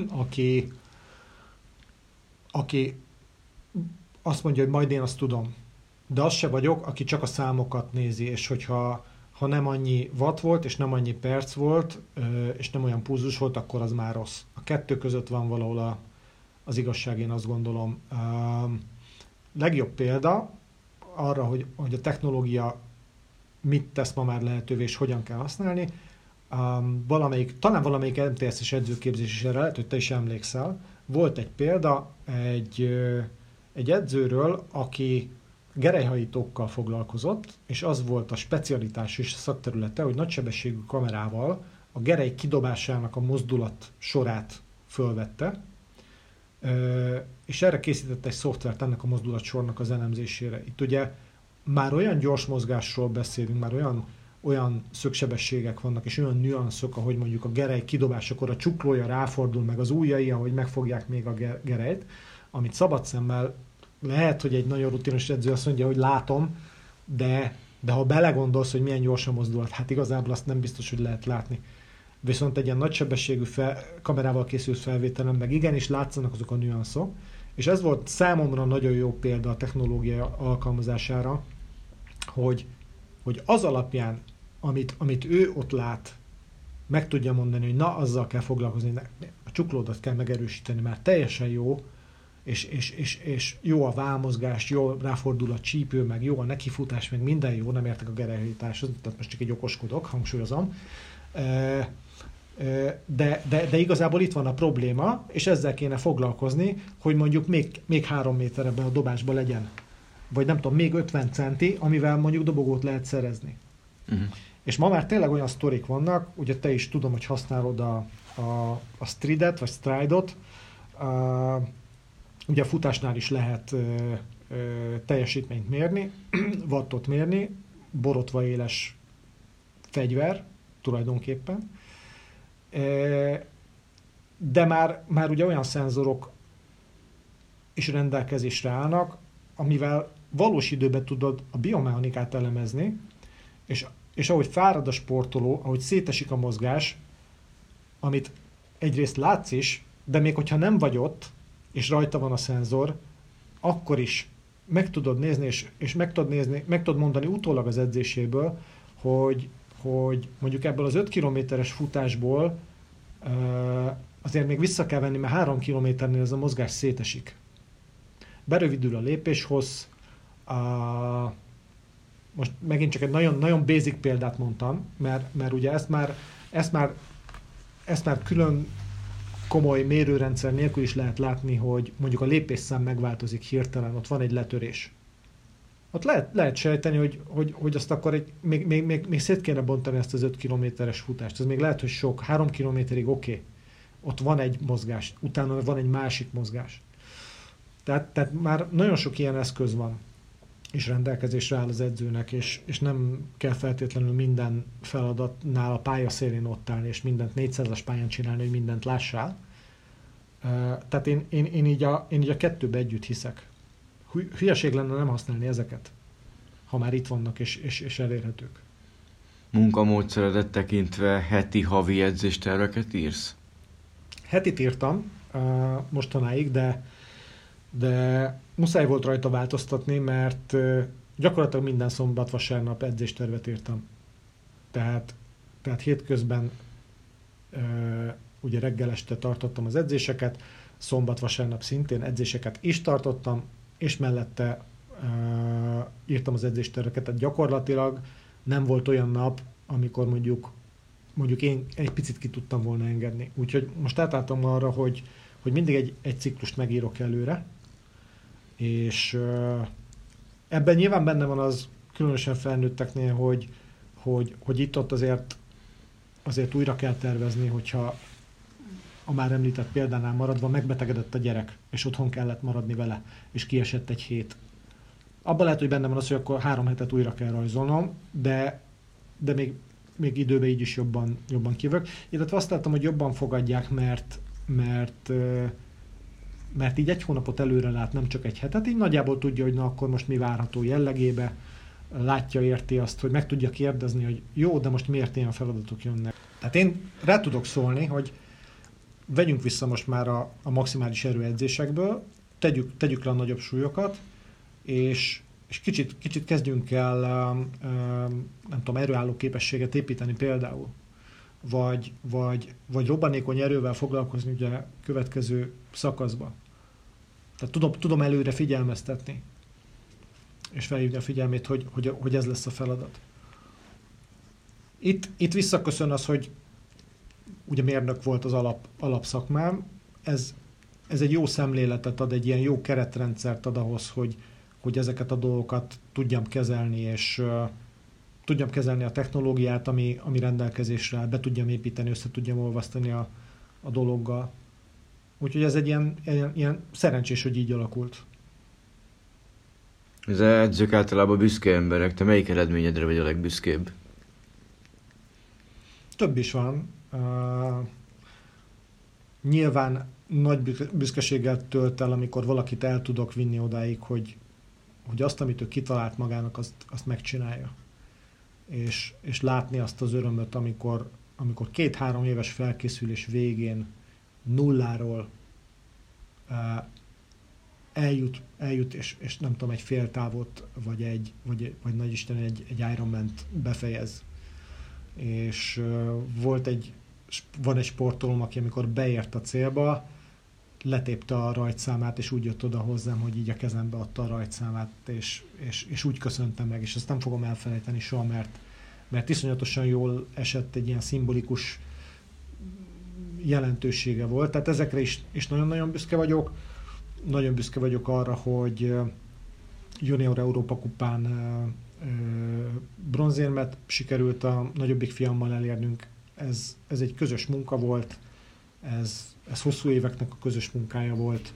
aki azt mondja, hogy majd én azt tudom. De az se vagyok, aki csak a számokat nézi, és hogyha nem annyi watt volt, és nem annyi perc volt, és nem olyan pulzus volt, akkor az már rossz. A kettő között van valahol az igazság, én azt gondolom. Legjobb példa arra, hogy a technológia mit tesz ma már lehetővé, és hogyan kell használni. Talán valamelyik MTS-es edzőképzés is erre, lehet, hogy te is emlékszel. Volt egy példa egy edzőről, aki gerelyhajítókkal foglalkozott, és az volt a specialitás és a szakterülete, hogy nagysebességű kamerával a gerej kidobásának a mozdulat sorát fölvette, és erre készített egy szoftvert ennek a mozdulatsornak az elemzésére. Itt ugye már olyan gyors mozgásról beszélünk, már olyan szögsebességek vannak, és olyan nüanszok, ahogy mondjuk a gerej kidobásakor a csuklója ráfordul, meg az ujjai, ahogy megfogják még a gerejt, amit szabad szemmel lehet, hogy egy nagyon rutinos edző azt mondja, hogy látom, de ha belegondolsz, hogy milyen gyors a mozdulat, hát igazából azt nem biztos, hogy lehet látni. Viszont egy ilyen nagysebességű kamerával készült felvételen meg igenis látszanak azok a nüanszok, és ez volt számomra nagyon jó példa a technológia alkalmazására, hogy az alapján, amit ő ott lát, meg tudja mondani, hogy na, azzal kell foglalkozni, a csuklódat kell megerősíteni, már teljesen jó, és jó a vállmozgás, jó ráfordul a csípő, meg jó a nekifutás, meg minden jó, nem értek a gerelyhajításhoz, tehát most csak egy okoskodok, hangsúlyozom. De igazából itt van a probléma, és ezzel kéne foglalkozni, hogy mondjuk még 3 méter ebben a dobásban legyen. Vagy nem tudom, még 50 centi, amivel mondjuk dobogót lehet szerezni. Uh-huh. És ma már tényleg olyan sztorik vannak, ugye te is tudom, hogy használod a Stridet, vagy Stride-ot, ugye a futásnál is lehet teljesítményt mérni, wattot mérni, borotva éles fegyver tulajdonképpen, de már ugye olyan szenzorok is rendelkezésre állnak, amivel valós időben tudod a biomechanikát elemezni, és ahogy fárad a sportoló, ahogy szétesik a mozgás, amit egyrészt látsz is, de még hogyha nem vagy ott, és rajta van a szenzor, akkor is meg tudod nézni, és meg tudod mondani utólag az edzéséből, hogy mondjuk ebből az 5 kilométeres futásból azért még vissza kell venni, mert 3 kilométernél ez a mozgás szétesik. Berövidül a lépéshossz, most megint csak egy nagyon, nagyon basic példát mondtam, mert ugye ezt már külön komoly mérőrendszer nélkül is lehet látni, hogy mondjuk a lépésszám megváltozik hirtelen, ott van egy letörés. Ott lehet sejteni, hogy azt akkor még szét kéne bontani ezt az 5 kilométeres futást. Ez még lehet, hogy sok, 3 kilométerig oké. Ott van egy mozgás, utána van egy másik mozgás. Tehát már nagyon sok ilyen eszköz van, és rendelkezésre áll az edzőnek, és nem kell feltétlenül minden feladatnál a pálya szélén ott állni, és mindent 400-as pályán csinálni, hogy mindent lássál. Tehát én így a kettőbe együtt hiszek. Hülyeség lenne nem használni ezeket, ha már itt vannak és elérhetők. Munkamódszeredet tekintve heti, havi edzésterveket írsz? Hetit írtam mostanáig, de muszáj volt rajta változtatni, mert gyakorlatilag minden szombat-vasárnap edzéstervet írtam. Tehát hétközben ugye reggel este tartottam az edzéseket, szombat-vasárnap szintén edzéseket is tartottam, és mellette írtam az edzésterveket. Tehát gyakorlatilag nem volt olyan nap, amikor mondjuk én egy picit ki tudtam volna engedni. Úgyhogy most átálltam arra, hogy mindig egy ciklust megírok előre, és ebben nyilván benne van az, különösen felnőtteknél, hogy itt-ott azért újra kell tervezni, hogyha a már említett példánál maradva megbetegedett a gyerek, és otthon kellett maradni vele, és kiesett egy hét. Abban lehet, hogy benne van az, hogy akkor 3 hetet újra kell rajzolnom, de még időben így is jobban kivök. Illetve azt láttam, hogy jobban fogadják, mert így 1 hónapot előre lát, nem csak 1 hetet, így nagyjából tudja, hogy na akkor most mi várható jellegébe, látja, érti azt, hogy meg tudja kérdezni, hogy jó, de most miért ilyen feladatok jönnek. Tehát én rá tudok szólni, hogy vegyünk vissza most már a maximális erőedzésekből, tegyük le a nagyobb súlyokat, és kicsit kezdjünk el, nem tudom, erőálló képességet építeni például, vagy robbanékony erővel foglalkozni ugye a következő szakaszban. Tehát tudom előre figyelmeztetni, és felhívni a figyelmét, hogy ez lesz a feladat. Itt visszaköszön az, hogy ugye mérnök volt az alapszakmám, ez egy jó szemléletet ad, egy ilyen jó keretrendszert ad ahhoz, hogy ezeket a dolgokat tudjam kezelni, és tudjam kezelni a technológiát, ami rendelkezésre áll, be tudjam építeni, össze tudjam olvasztani a dologgal. Úgyhogy ez egy ilyen szerencsés, hogy így alakult. Az edzők általában büszke emberek. Te melyik eredményedre vagy a legbüszkébb? Több is van. Nyilván nagy büszkeséggel tölt el, amikor valakit el tudok vinni odáig, hogy azt, amit ő kitalált magának, azt megcsinálja. És látni azt az örömöt, amikor 2-3 éves felkészülés végén nulláról eljut és nem tudom, egy fél távot, vagy nagy Isten egy Ironman-t befejez. És van egy sportolóm, aki amikor beért a célba, letépte a rajtszámát, és úgy jött oda hozzám, hogy így a kezembe adta a rajtszámát, és úgy köszöntem meg, és ezt nem fogom elfelejteni soha, mert iszonyatosan jól esett, egy ilyen szimbolikus jelentősége volt. Tehát ezekre is nagyon-nagyon büszke vagyok. Nagyon büszke vagyok arra, hogy Junior Európa kupán bronzérmet sikerült a nagyobbik fiammal elérnünk. Ez egy közös munka volt, ez hosszú éveknek a közös munkája volt.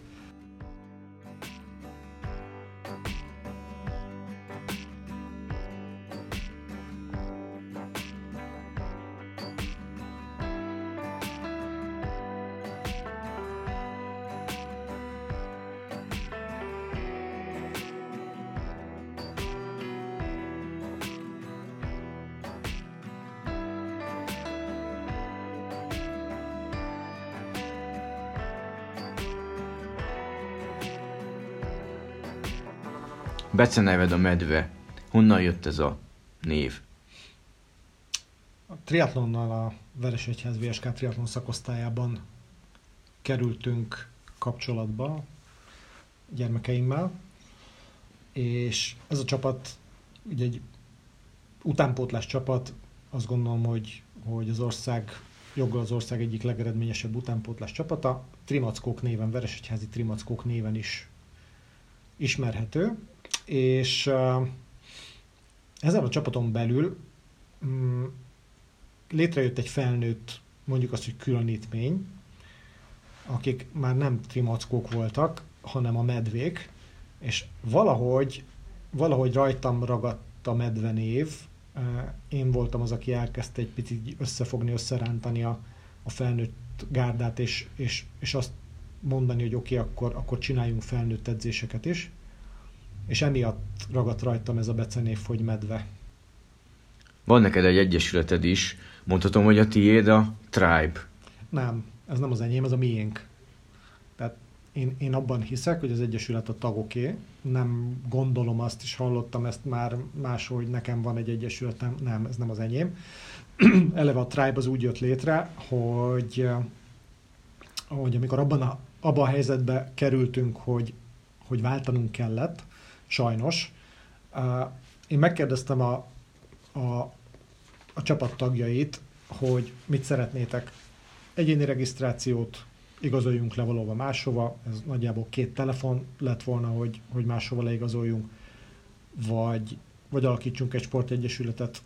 Beceneved a medve. Honnan jött ez a név? A triatlonnal a Veresegyház VSK triatlon szakosztályában kerültünk kapcsolatba gyermekeimmel, és ez a csapat ugye egy utánpótlás csapat, azt gondolom, hogy joggal az ország egyik legeredményesebb utánpótlás csapata, Trimackók néven, Veresegyházi Trimackók néven is ismerhető, és ezen a csapaton belül létrejött egy felnőtt, mondjuk azt, hogy különítmény, akik már nem trimackók voltak, hanem a medvék, és valahogy rajtam ragadt a medvenév. Én voltam az, aki elkezdte egy picit összefogni, összerántani a felnőtt gárdát, és azt mondani, hogy oké, akkor csináljunk felnőtt edzéseket is. És emiatt ragadt rajtam ez a becenév, hogy medve. Van neked egy egyesületed is. Mondhatom, hogy a tiéd a Tribe. Nem, ez nem az enyém, ez a miénk. Tehát én abban hiszek, hogy az egyesület a tagoké. Nem gondolom azt, és hallottam ezt már máshol, hogy nekem van egy egyesületem. Nem, ez nem az enyém. Eleve a Tribe az úgy jött létre, hogy amikor abban a helyzetbe kerültünk, hogy váltanunk kellett, sajnos. Én megkérdeztem a csapat tagjait, hogy mit szeretnétek. Egyéni regisztrációt igazoljunk le valahova máshova, ez nagyjából 2 telefon lett volna, hogy máshova leigazoljunk, vagy alakítsunk egy sportegyesületet.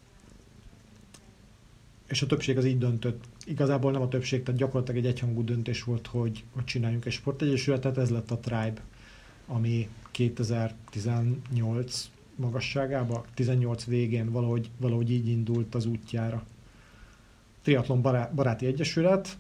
És a többség az így döntött. Igazából nem a többség, tehát gyakorlatilag egy egyhangú döntés volt, hogy csináljunk egy sportegyesületet, ez lett a Tribe, ami 2018 magasságában, 18 végén valahogy így indult az útjára. Triatlon baráti egyesület,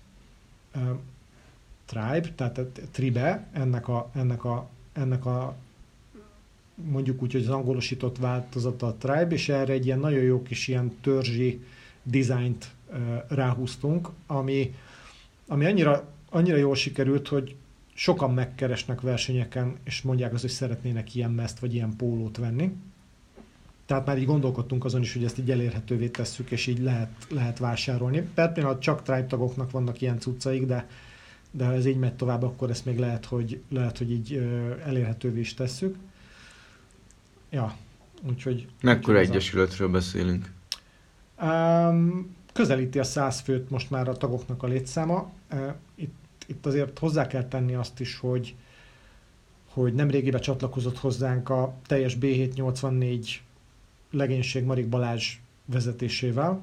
Tribe, tehát Tribe, ennek a mondjuk úgy, hogy az angolosított változata a Tribe, és erre egy ilyen nagyon jó kis ilyen törzsi dizájnt ráhúztunk, ami annyira jól sikerült, hogy sokan megkeresnek versenyeken, és mondják azt, hogy szeretnének ilyen mezt, vagy ilyen pólót venni. Tehát már így gondolkodtunk azon is, hogy ezt így elérhetővé tesszük, és így lehet vásárolni. Tehát például csak Tribe tagoknak vannak ilyen cuccaik, de ha ez így megy tovább, akkor ezt még lehet, hogy így elérhetővé is tesszük. Ja, úgyhogy... Mekkora egyesületről beszélünk? Közelíti a 100 főt most már a tagoknak a létszáma. Itt azért hozzá kell tenni azt is, hogy nemrégiben csatlakozott hozzánk a teljes B784 legénység Marik Balázs vezetésével.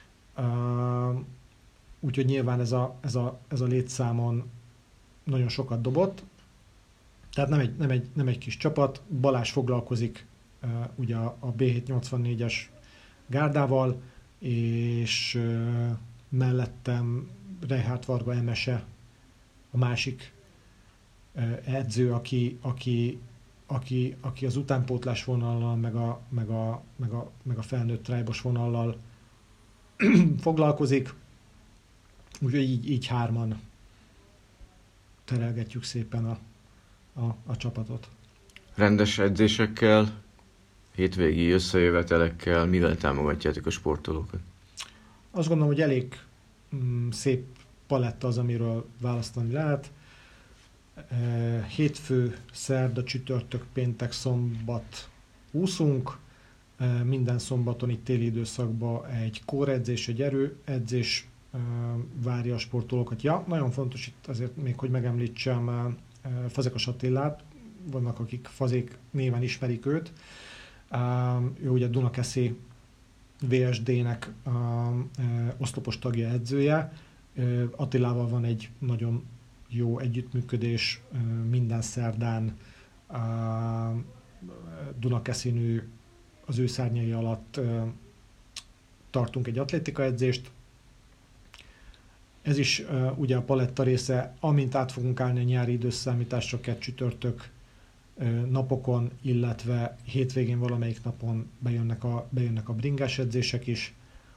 Úgyhogy nyilván ez a létszámon nagyon sokat dobott. Tehát nem egy kis csapat. Balázs foglalkozik ugye a B784-es gárdával, és mellettem Reinhard Varga Emese, a másik edző, aki az utánpótlás vonallal, meg a felnőtt trájbos vonallal foglalkozik. Úgyhogy így 3-an terelgetjük szépen a csapatot. Rendes edzésekkel, hétvégi összejövetelekkel, mivel támogatjátok a sportolókat? Azt gondolom, hogy elég szép paletta az, amiről választani lehet. Hétfő, szerda, csütörtök, péntek, szombat úszunk. Minden szombaton itt téli időszakban egy kóredzés, egy erőedzés várja a sportolókat. Ja, nagyon fontos itt azért még, hogy megemlítsem Fazekas Attilát, vannak akik Fazék néven ismerik őt. Ő ugye Dunakeszi VSD-nek oszlopos tagja, edzője. Attilával van egy nagyon jó együttműködés, minden szerdán Dunakeszin az ő szárnyai alatt tartunk egy atlétika edzést. Ez is ugye a paletta része, amint át fogunk állni a nyári időszámításra, csütörtök napokon, illetve hétvégén valamelyik napon bejönnek a bringás edzések is.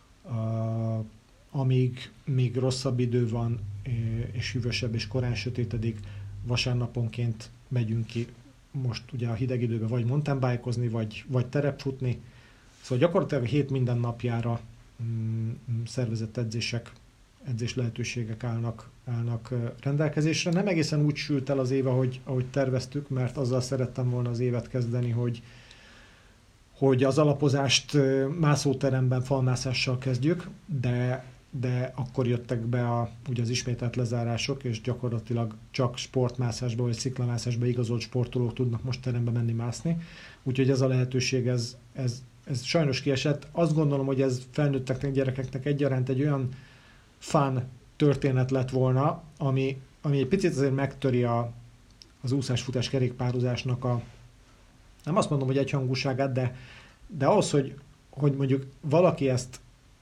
Amíg még rosszabb idő van, és hűvösebb és korán sötétedik, vasárnaponként megyünk ki most ugye a hideg időben vagy mountainbikeozni, vagy terepfutni. Szóval gyakorlatilag hét minden napjára szervezett edzés lehetőségek állnak rendelkezésre. Nem egészen úgy sült el az év, ahogy terveztük, mert azzal szerettem volna az évet kezdeni, hogy az alapozást mászóteremben falmászással kezdjük, de akkor jöttek be ugye az ismételt lezárások, és gyakorlatilag csak sportmászásba vagy sziklamászásba igazolt sportolók tudnak most terembe menni mászni. Úgyhogy ez a lehetőség, ez sajnos kiesett. Azt gondolom, hogy ez felnőtteknek, gyerekeknek egyaránt egy olyan fun történet lett volna, ami egy picit azért megtöri az úszás-futás kerékpározásnak nem azt mondom, hogy egyhangúságát, de ahhoz, hogy mondjuk valaki ezt,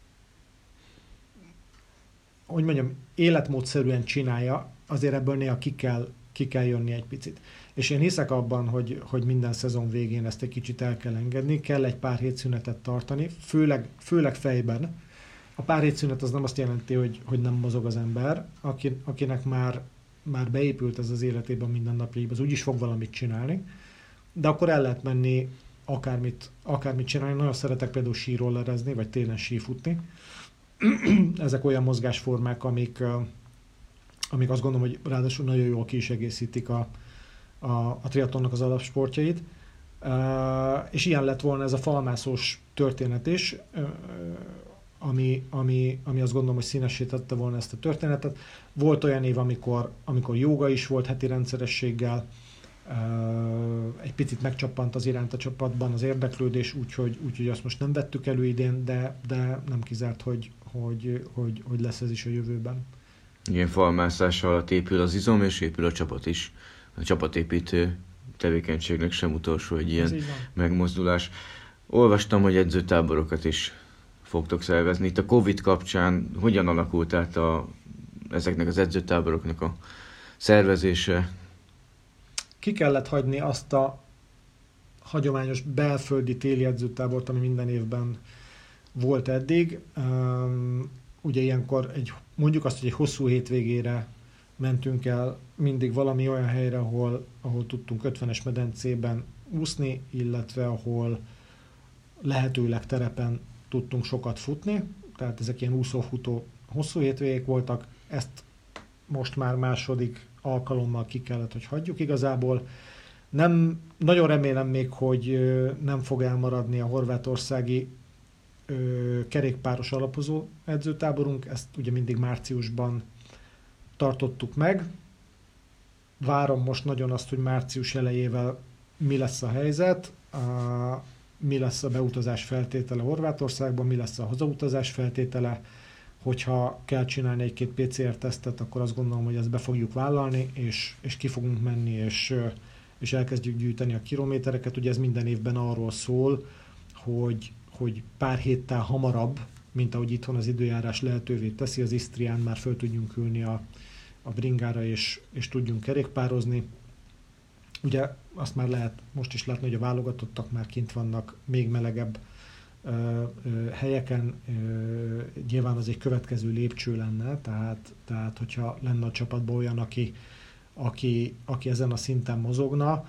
hogy mondjam, életmódszerűen csinálja, azért ebből néha ki kell jönni egy picit. És én hiszek abban, hogy minden szezon végén ezt egy kicsit el kell engedni, kell egy pár hét szünetet tartani, főleg fejben. A pár hét szünet az nem azt jelenti, hogy nem mozog az ember, akinek már beépült ez az életében mindennapjaiban, az úgyis fog valamit csinálni, de akkor el lehet menni akármit csinálni. Nagyon szeretek például sírollerezni, vagy télen sífutni. Ezek olyan mozgásformák, amik azt gondolom, hogy ráadásul nagyon jól ki is egészítik a triatlonnak az alapsportjait. És ilyen lett volna ez a falmászós történet is, ami azt gondolom, hogy színesítette volna ezt a történetet. Volt olyan év, amikor jóga is volt heti rendszerességgel, egy picit megcsappant az iránt a csapatban az érdeklődés, úgyhogy azt most nem vettük elő idén, de nem kizárt, hogy lesz ez is a jövőben. Igen, falmászás alatt épül az izom, és épül a csapat is. A csapatépítő tevékenységnek sem utolsó egy ilyen megmozdulás. Olvastam, hogy edzőtáborokat is fogtok szervezni. Itt a Covid kapcsán hogyan alakult át ezeknek az edzőtáboroknak a szervezése? Ki kellett hagyni azt a hagyományos belföldi téli edzőtábort, ami minden évben volt eddig. Ugye ilyenkor mondjuk azt, hogy egy hosszú hétvégére mentünk el mindig valami olyan helyre, ahol tudtunk 50-es medencében úszni, illetve ahol lehetőleg terepen tudtunk sokat futni. Tehát ezek ilyen úszó-futó hosszú hétvégék voltak. Ezt most már második alkalommal ki kellett, hogy hagyjuk. Igazából nagyon remélem még, hogy nem fog elmaradni a horvátországi kerékpáros alapozó edzőtáborunk. Ezt ugye mindig márciusban tartottuk meg. Várom most nagyon azt, hogy március elejével mi lesz a helyzet, mi lesz a beutazás feltétele Horvátországban, mi lesz a hazautazás feltétele. Hogyha kell csinálni egy-két PCR-tesztet, akkor azt gondolom, hogy ezt be fogjuk vállalni, és ki fogunk menni, és elkezdjük gyűjteni a kilométereket. Ugye ez minden évben arról szól, hogy pár héttel hamarabb, mint ahogy itthon az időjárás lehetővé teszi, az Isztrián már föl tudjunk ülni a bringára, és tudjunk kerékpározni. Ugye azt már lehet most is látni, hogy a válogatottak már kint vannak még melegebb helyeken. Nyilván az egy következő lépcső lenne, tehát hogyha lenne a csapatban olyan, aki ezen a szinten mozogna,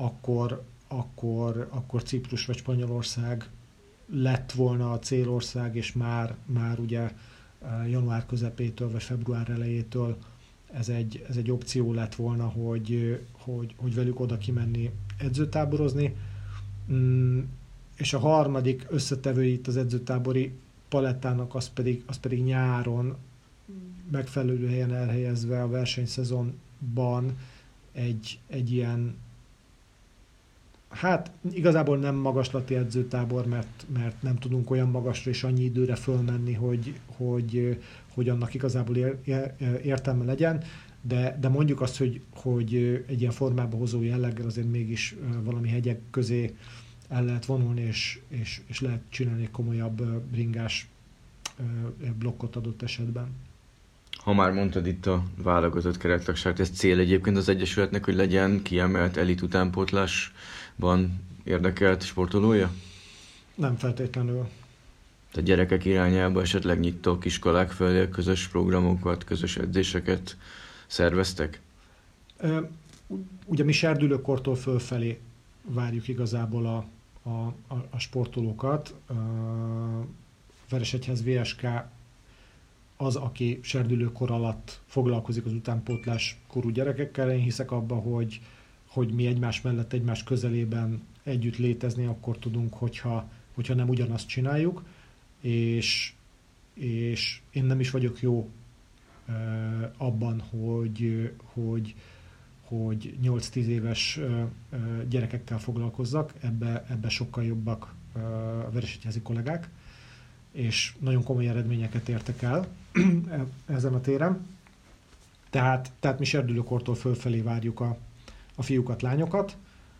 akkor Ciprus vagy Spanyolország lett volna a célország, és már ugye január közepétől vagy február elejétől ez egy opció lett volna, hogy velük oda kimenni edzőtáborozni. És a harmadik összetevő itt az edzőtábori palettának az pedig nyáron megfelelő helyen elhelyezve a versenyszezonban egy ilyen, Hát igazából nem magaslati edzőtábor, mert nem tudunk olyan magasra és annyi időre fölmenni, hogy annak igazából értelme legyen, de mondjuk azt, hogy egy ilyen formába hozó jelleggel azért mégis valami hegyek közé el lehet vonulni, és lehet csinálni egy komolyabb ringás blokkot adott esetben. Ha már mondtad itt a válogatott kerettagságot, ez cél egyébként az Egyesületnek, hogy legyen kiemelt elit utánpótlásban érdekelt sportolója? Nem feltétlenül. Tehát gyerekek irányába esetleg nyitok iskolák felé közös programokat, közös edzéseket szerveztek? Ugye mi serdülőkortól fölfelé várjuk igazából a sportolókat. Veresegyház VSK az, aki serdülőkor alatt foglalkozik az utánpótlás korú gyerekekkel. Én hiszek abba, hogy mi egymás mellett, egymás közelében együtt létezni akkor tudunk, hogyha nem ugyanazt csináljuk, és én nem is vagyok jó abban, hogy 8-10 éves gyerekekkel foglalkozzak, ebbe sokkal jobbak a veresegyházi kollégák, és nagyon komoly eredményeket értek el ezen a téren. Tehát mi serdülőkortól fölfelé várjuk a fiúkat, lányokat.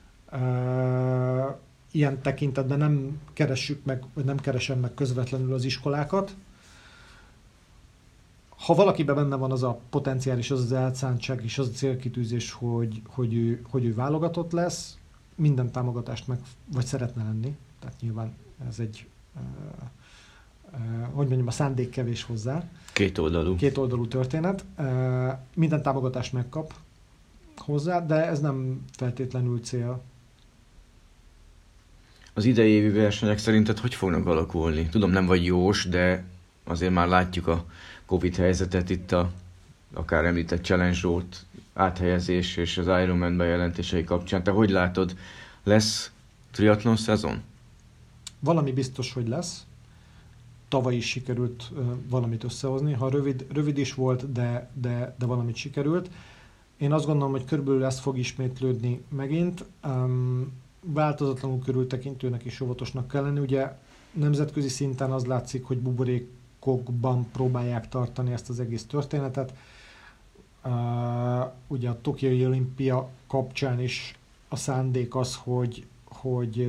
Ilyen tekintetben nem keressük meg, vagy nem keresem meg közvetlenül az iskolákat. Ha valakiben benne van az a potenciális, az elszántság és az a célkitűzés, hogy ő válogatott lesz, minden támogatást meg, vagy szeretne lenni. Tehát nyilván ez egy, a szándék kevés hozzá. Kétoldalú történet. Minden támogatást megkap hozzá, de ez nem feltétlenül cél. Az idei évi versenyek szerinted hogy fognak alakulni? Tudom, nem vagy jós, de azért már látjuk a Covid helyzetet itt akár említett Challenge Road áthelyezés és az Ironman bejelentései kapcsán. Te hogy látod, lesz triatlon szezon? Valami biztos, hogy lesz. Tavaly is sikerült valamit összehozni. Ha rövid is volt, de valamit sikerült. Én azt gondolom, hogy körülbelül ez fog ismétlődni megint. Változatlanul körültekintőnek és óvatosnak kell lenni. Ugye nemzetközi szinten az látszik, hogy buborékokban próbálják tartani ezt az egész történetet. Ugye a Tokiói Olimpia kapcsán is a szándék az, hogy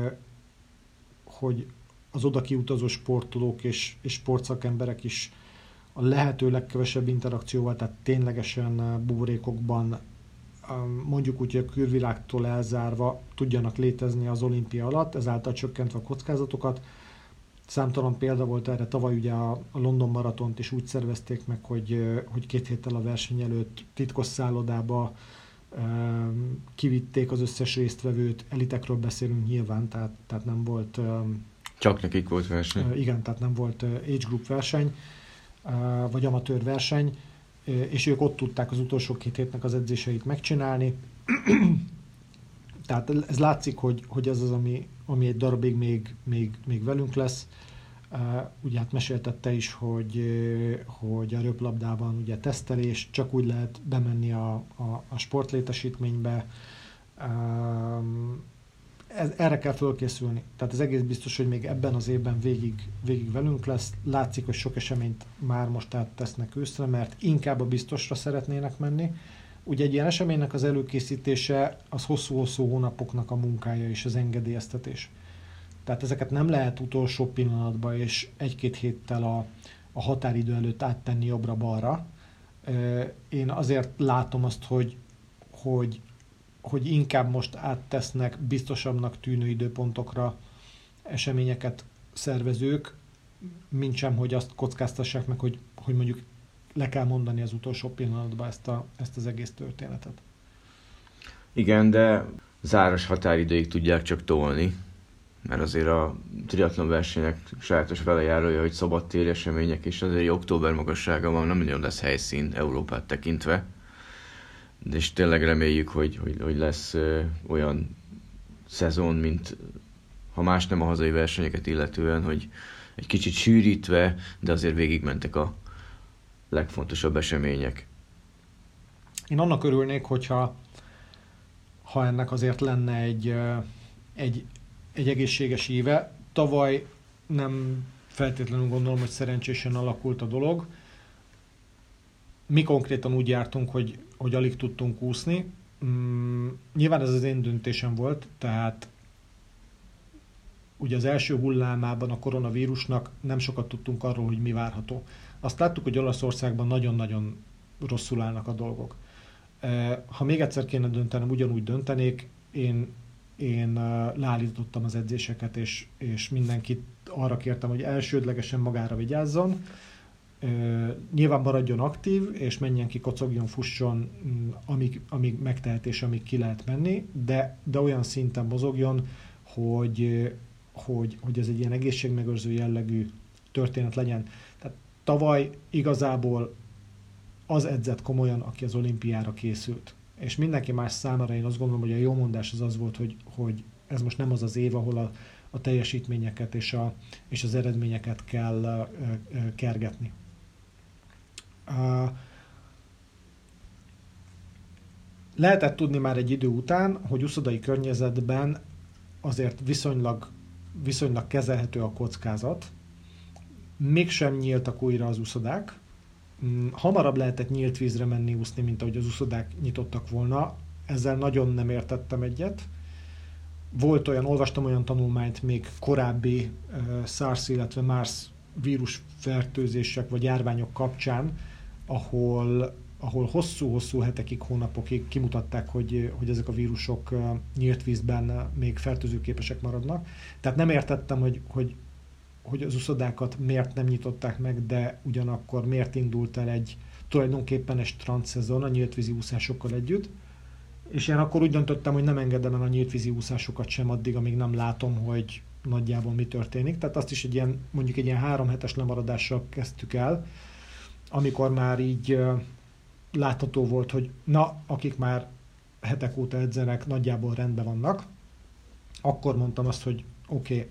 az oda kiutazó sportolók és sportszakemberek is a lehető legkevesebb interakcióval, tehát ténylegesen buborékokban, mondjuk úgy, hogy a külvilágtól elzárva tudjanak létezni az olimpia alatt, ezáltal csökkentve a kockázatokat. Számtalan példa volt erre, tavaly ugye a London maratont is úgy szervezték meg, hogy 2 héttel a verseny előtt titkos szállodába kivitték az összes résztvevőt, elitekről beszélünk nyilván, tehát nem volt... Csak nekik volt verseny. Igen, tehát nem volt age group verseny, vagy amatőr verseny, és ők ott tudták az utolsó 2 hétnek az edzéseit megcsinálni. Tehát ez látszik, hogy ez az, ami egy darabig még velünk lesz. Ugye hát meséltette is, hogy a röplabdában ugye tesztelés, csak úgy lehet bemenni a sportlétesítménybe. Erre kell fölkészülni. Tehát az egész biztos, hogy még ebben az évben végig velünk lesz. Látszik, hogy sok eseményt már most áttesznek őszre, mert inkább a biztosra szeretnének menni. Ugye egy ilyen eseménynek az előkészítése az hosszú-hosszú hónapoknak a munkája és az engedélyeztetés. Tehát ezeket nem lehet utolsó pillanatban és 1-2 héttel a határidő előtt áttenni jobbra-balra. Én azért látom azt, hogy inkább most áttesznek biztosabbnak tűnő időpontokra eseményeket szervezők, mintsem, hogy azt kockáztassák meg, hogy mondjuk le kell mondani az utolsó pillanatban ezt az egész történetet. Igen, de záros határidőig tudják csak tolni, mert azért a triatlon versenyek sajátos velejárója, hogy szabadtéri események, és azért október magassága van, nem nagyon lesz helyszín Európát tekintve. És tényleg reméljük, hogy lesz olyan szezon, mint ha más nem a hazai versenyeket illetően, hogy egy kicsit sűrítve, de azért végigmentek a legfontosabb események. Én annak örülnék, hogyha ha ennek azért lenne egy egészséges éve. Tavaly nem feltétlenül gondolom, hogy szerencsésen alakult a dolog. Mi konkrétan úgy jártunk, hogy alig tudtunk úszni. Nyilván ez az én döntésem volt, tehát ugye az első hullámában a koronavírusnak nem sokat tudtunk arról, hogy mi várható. Azt láttuk, hogy Olaszországban nagyon-nagyon rosszul állnak a dolgok. Ha még egyszer kéne döntenem, ugyanúgy döntenék. Én leállítottam az edzéseket, és mindenkit arra kértem, hogy elsődlegesen magára vigyázzon. Nyilván maradjon aktív, és menjen ki, kocogjon, fusson, amíg megtehet, és amíg ki lehet menni, de olyan szinten mozogjon, hogy ez egy ilyen egészségmegőrző jellegű történet legyen. Tehát tavaly igazából az edzett komolyan, aki az olimpiára készült. És mindenki más számára én azt gondolom, hogy a jó mondás az volt, hogy ez most nem az az év, ahol a teljesítményeket és az eredményeket kell kergetni. Lehetett tudni már egy idő után, hogy uszodai környezetben azért viszonylag kezelhető a kockázat. Mégsem nyíltak újra az uszodák. Hamarabb lehetett nyílt vízre menni úszni, mint ahogy az uszodák nyitottak volna. Ezzel nagyon nem értettem egyet. Olvastam olyan tanulmányt még korábbi SARS, illetve MARS vírusfertőzések vagy járványok kapcsán, ahol hosszú-hosszú hetekig, hónapokig kimutatták, hogy ezek a vírusok nyílt vízben még fertőzőképesek maradnak. Tehát nem értettem, hogy az uszodákat miért nem nyitották meg, de ugyanakkor miért indult el tulajdonképpen egy strandszezon a nyíltvízi úszásokkal együtt. És én akkor úgy döntöttem, hogy nem engedem el a nyíltvízi úszásokat sem addig, amíg nem látom, hogy nagyjából mi történik. Tehát azt is mondjuk egy ilyen 3 hetes lemaradással kezdtük el, amikor már így látható volt, hogy akik már hetek óta edzenek, nagyjából rendben vannak. Akkor mondtam azt, hogy oké,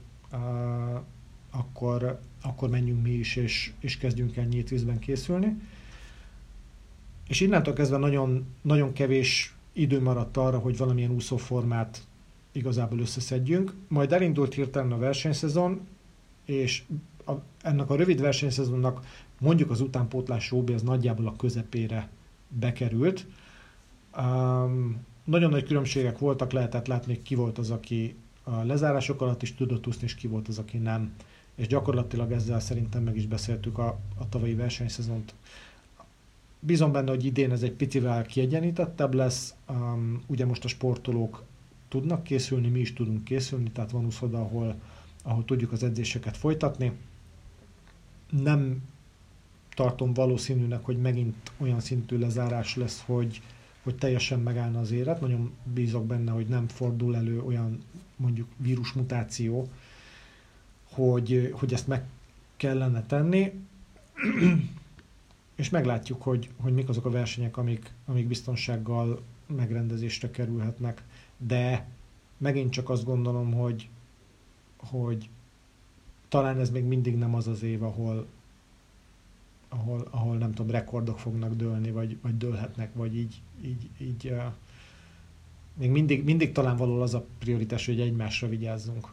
akkor menjünk mi is, és kezdjünk el nyílt vízben készülni. És innentől kezdve nagyon, nagyon kevés idő maradt arra, hogy valamilyen úszóformát igazából összeszedjünk. Majd elindult hirtelen a versenyszezon, és ennek a rövid versenyszezonnak mondjuk az utánpótlás OB az nagyjából a közepére bekerült. Nagyon nagy különbségek voltak, lehetett látni, ki volt az, aki a lezárások alatt is tudott úszni, és ki volt az, aki nem. És gyakorlatilag ezzel szerintem meg is beszéltük a tavalyi versenyszezont. Bízom benne, hogy idén ez egy picivel kiegyenítettebb lesz. Ugye most a sportolók tudnak készülni, mi is tudunk készülni, tehát van úszoda, ahol tudjuk az edzéseket folytatni. Nem tartom valószínűnek, hogy megint olyan szintű lezárás lesz, hogy teljesen megállna az élet. Nagyon bízok benne, hogy nem fordul elő olyan mondjuk vírusmutáció, hogy ezt meg kellene tenni. És meglátjuk, hogy mik azok a versenyek, amik biztonsággal megrendezésre kerülhetnek. De megint csak azt gondolom, hogy talán ez még mindig nem az az év, ahol nem tudom, rekordok fognak dőlni, vagy dőlhetnek, vagy így még mindig talán való az a prioritás, hogy egymásra vigyázzunk.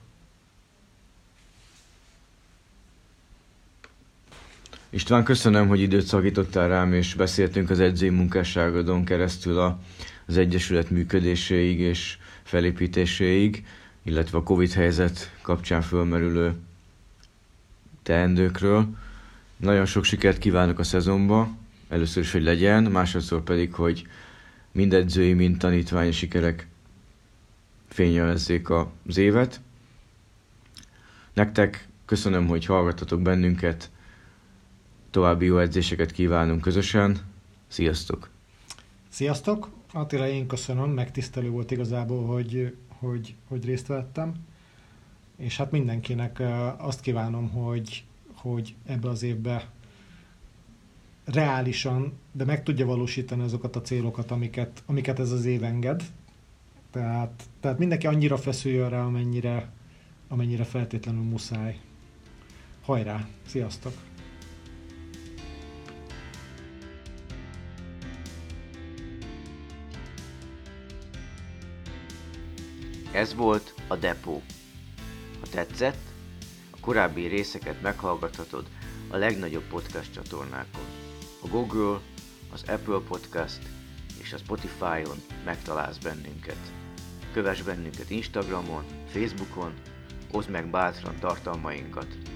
István, köszönöm, hogy időt szakítottál rám, és beszéltünk az edzői munkásságodon keresztül az Egyesület működéséig és felépítéséig, illetve a Covid helyzet kapcsán fölmerülő teendőkről. Nagyon sok sikert kívánok a szezonba, először is, hogy legyen, másodszor pedig, hogy mind edzői, mind tanítványi sikerek fényjelezzék az évet. Nektek köszönöm, hogy hallgattatok bennünket, további jó edzéseket kívánunk közösen. Sziasztok! Sziasztok! Attila, én köszönöm, megtisztelő volt igazából, hogy részt vettem. És hát mindenkinek azt kívánom, hogy ebbe az évbe reálisan, de meg tudja valósítani azokat a célokat, amiket ez az év enged. Tehát mindenki annyira feszüljön rá, amennyire feltétlenül muszáj. Hajrá! Sziasztok! Ez volt a Depó. Ha tetszett, a korábbi részeket meghallgathatod a legnagyobb podcast csatornákon. A Google, az Apple Podcast és a Spotify-on megtalálsz bennünket. Kövess bennünket Instagramon, Facebookon, oszd meg bátran tartalmainkat,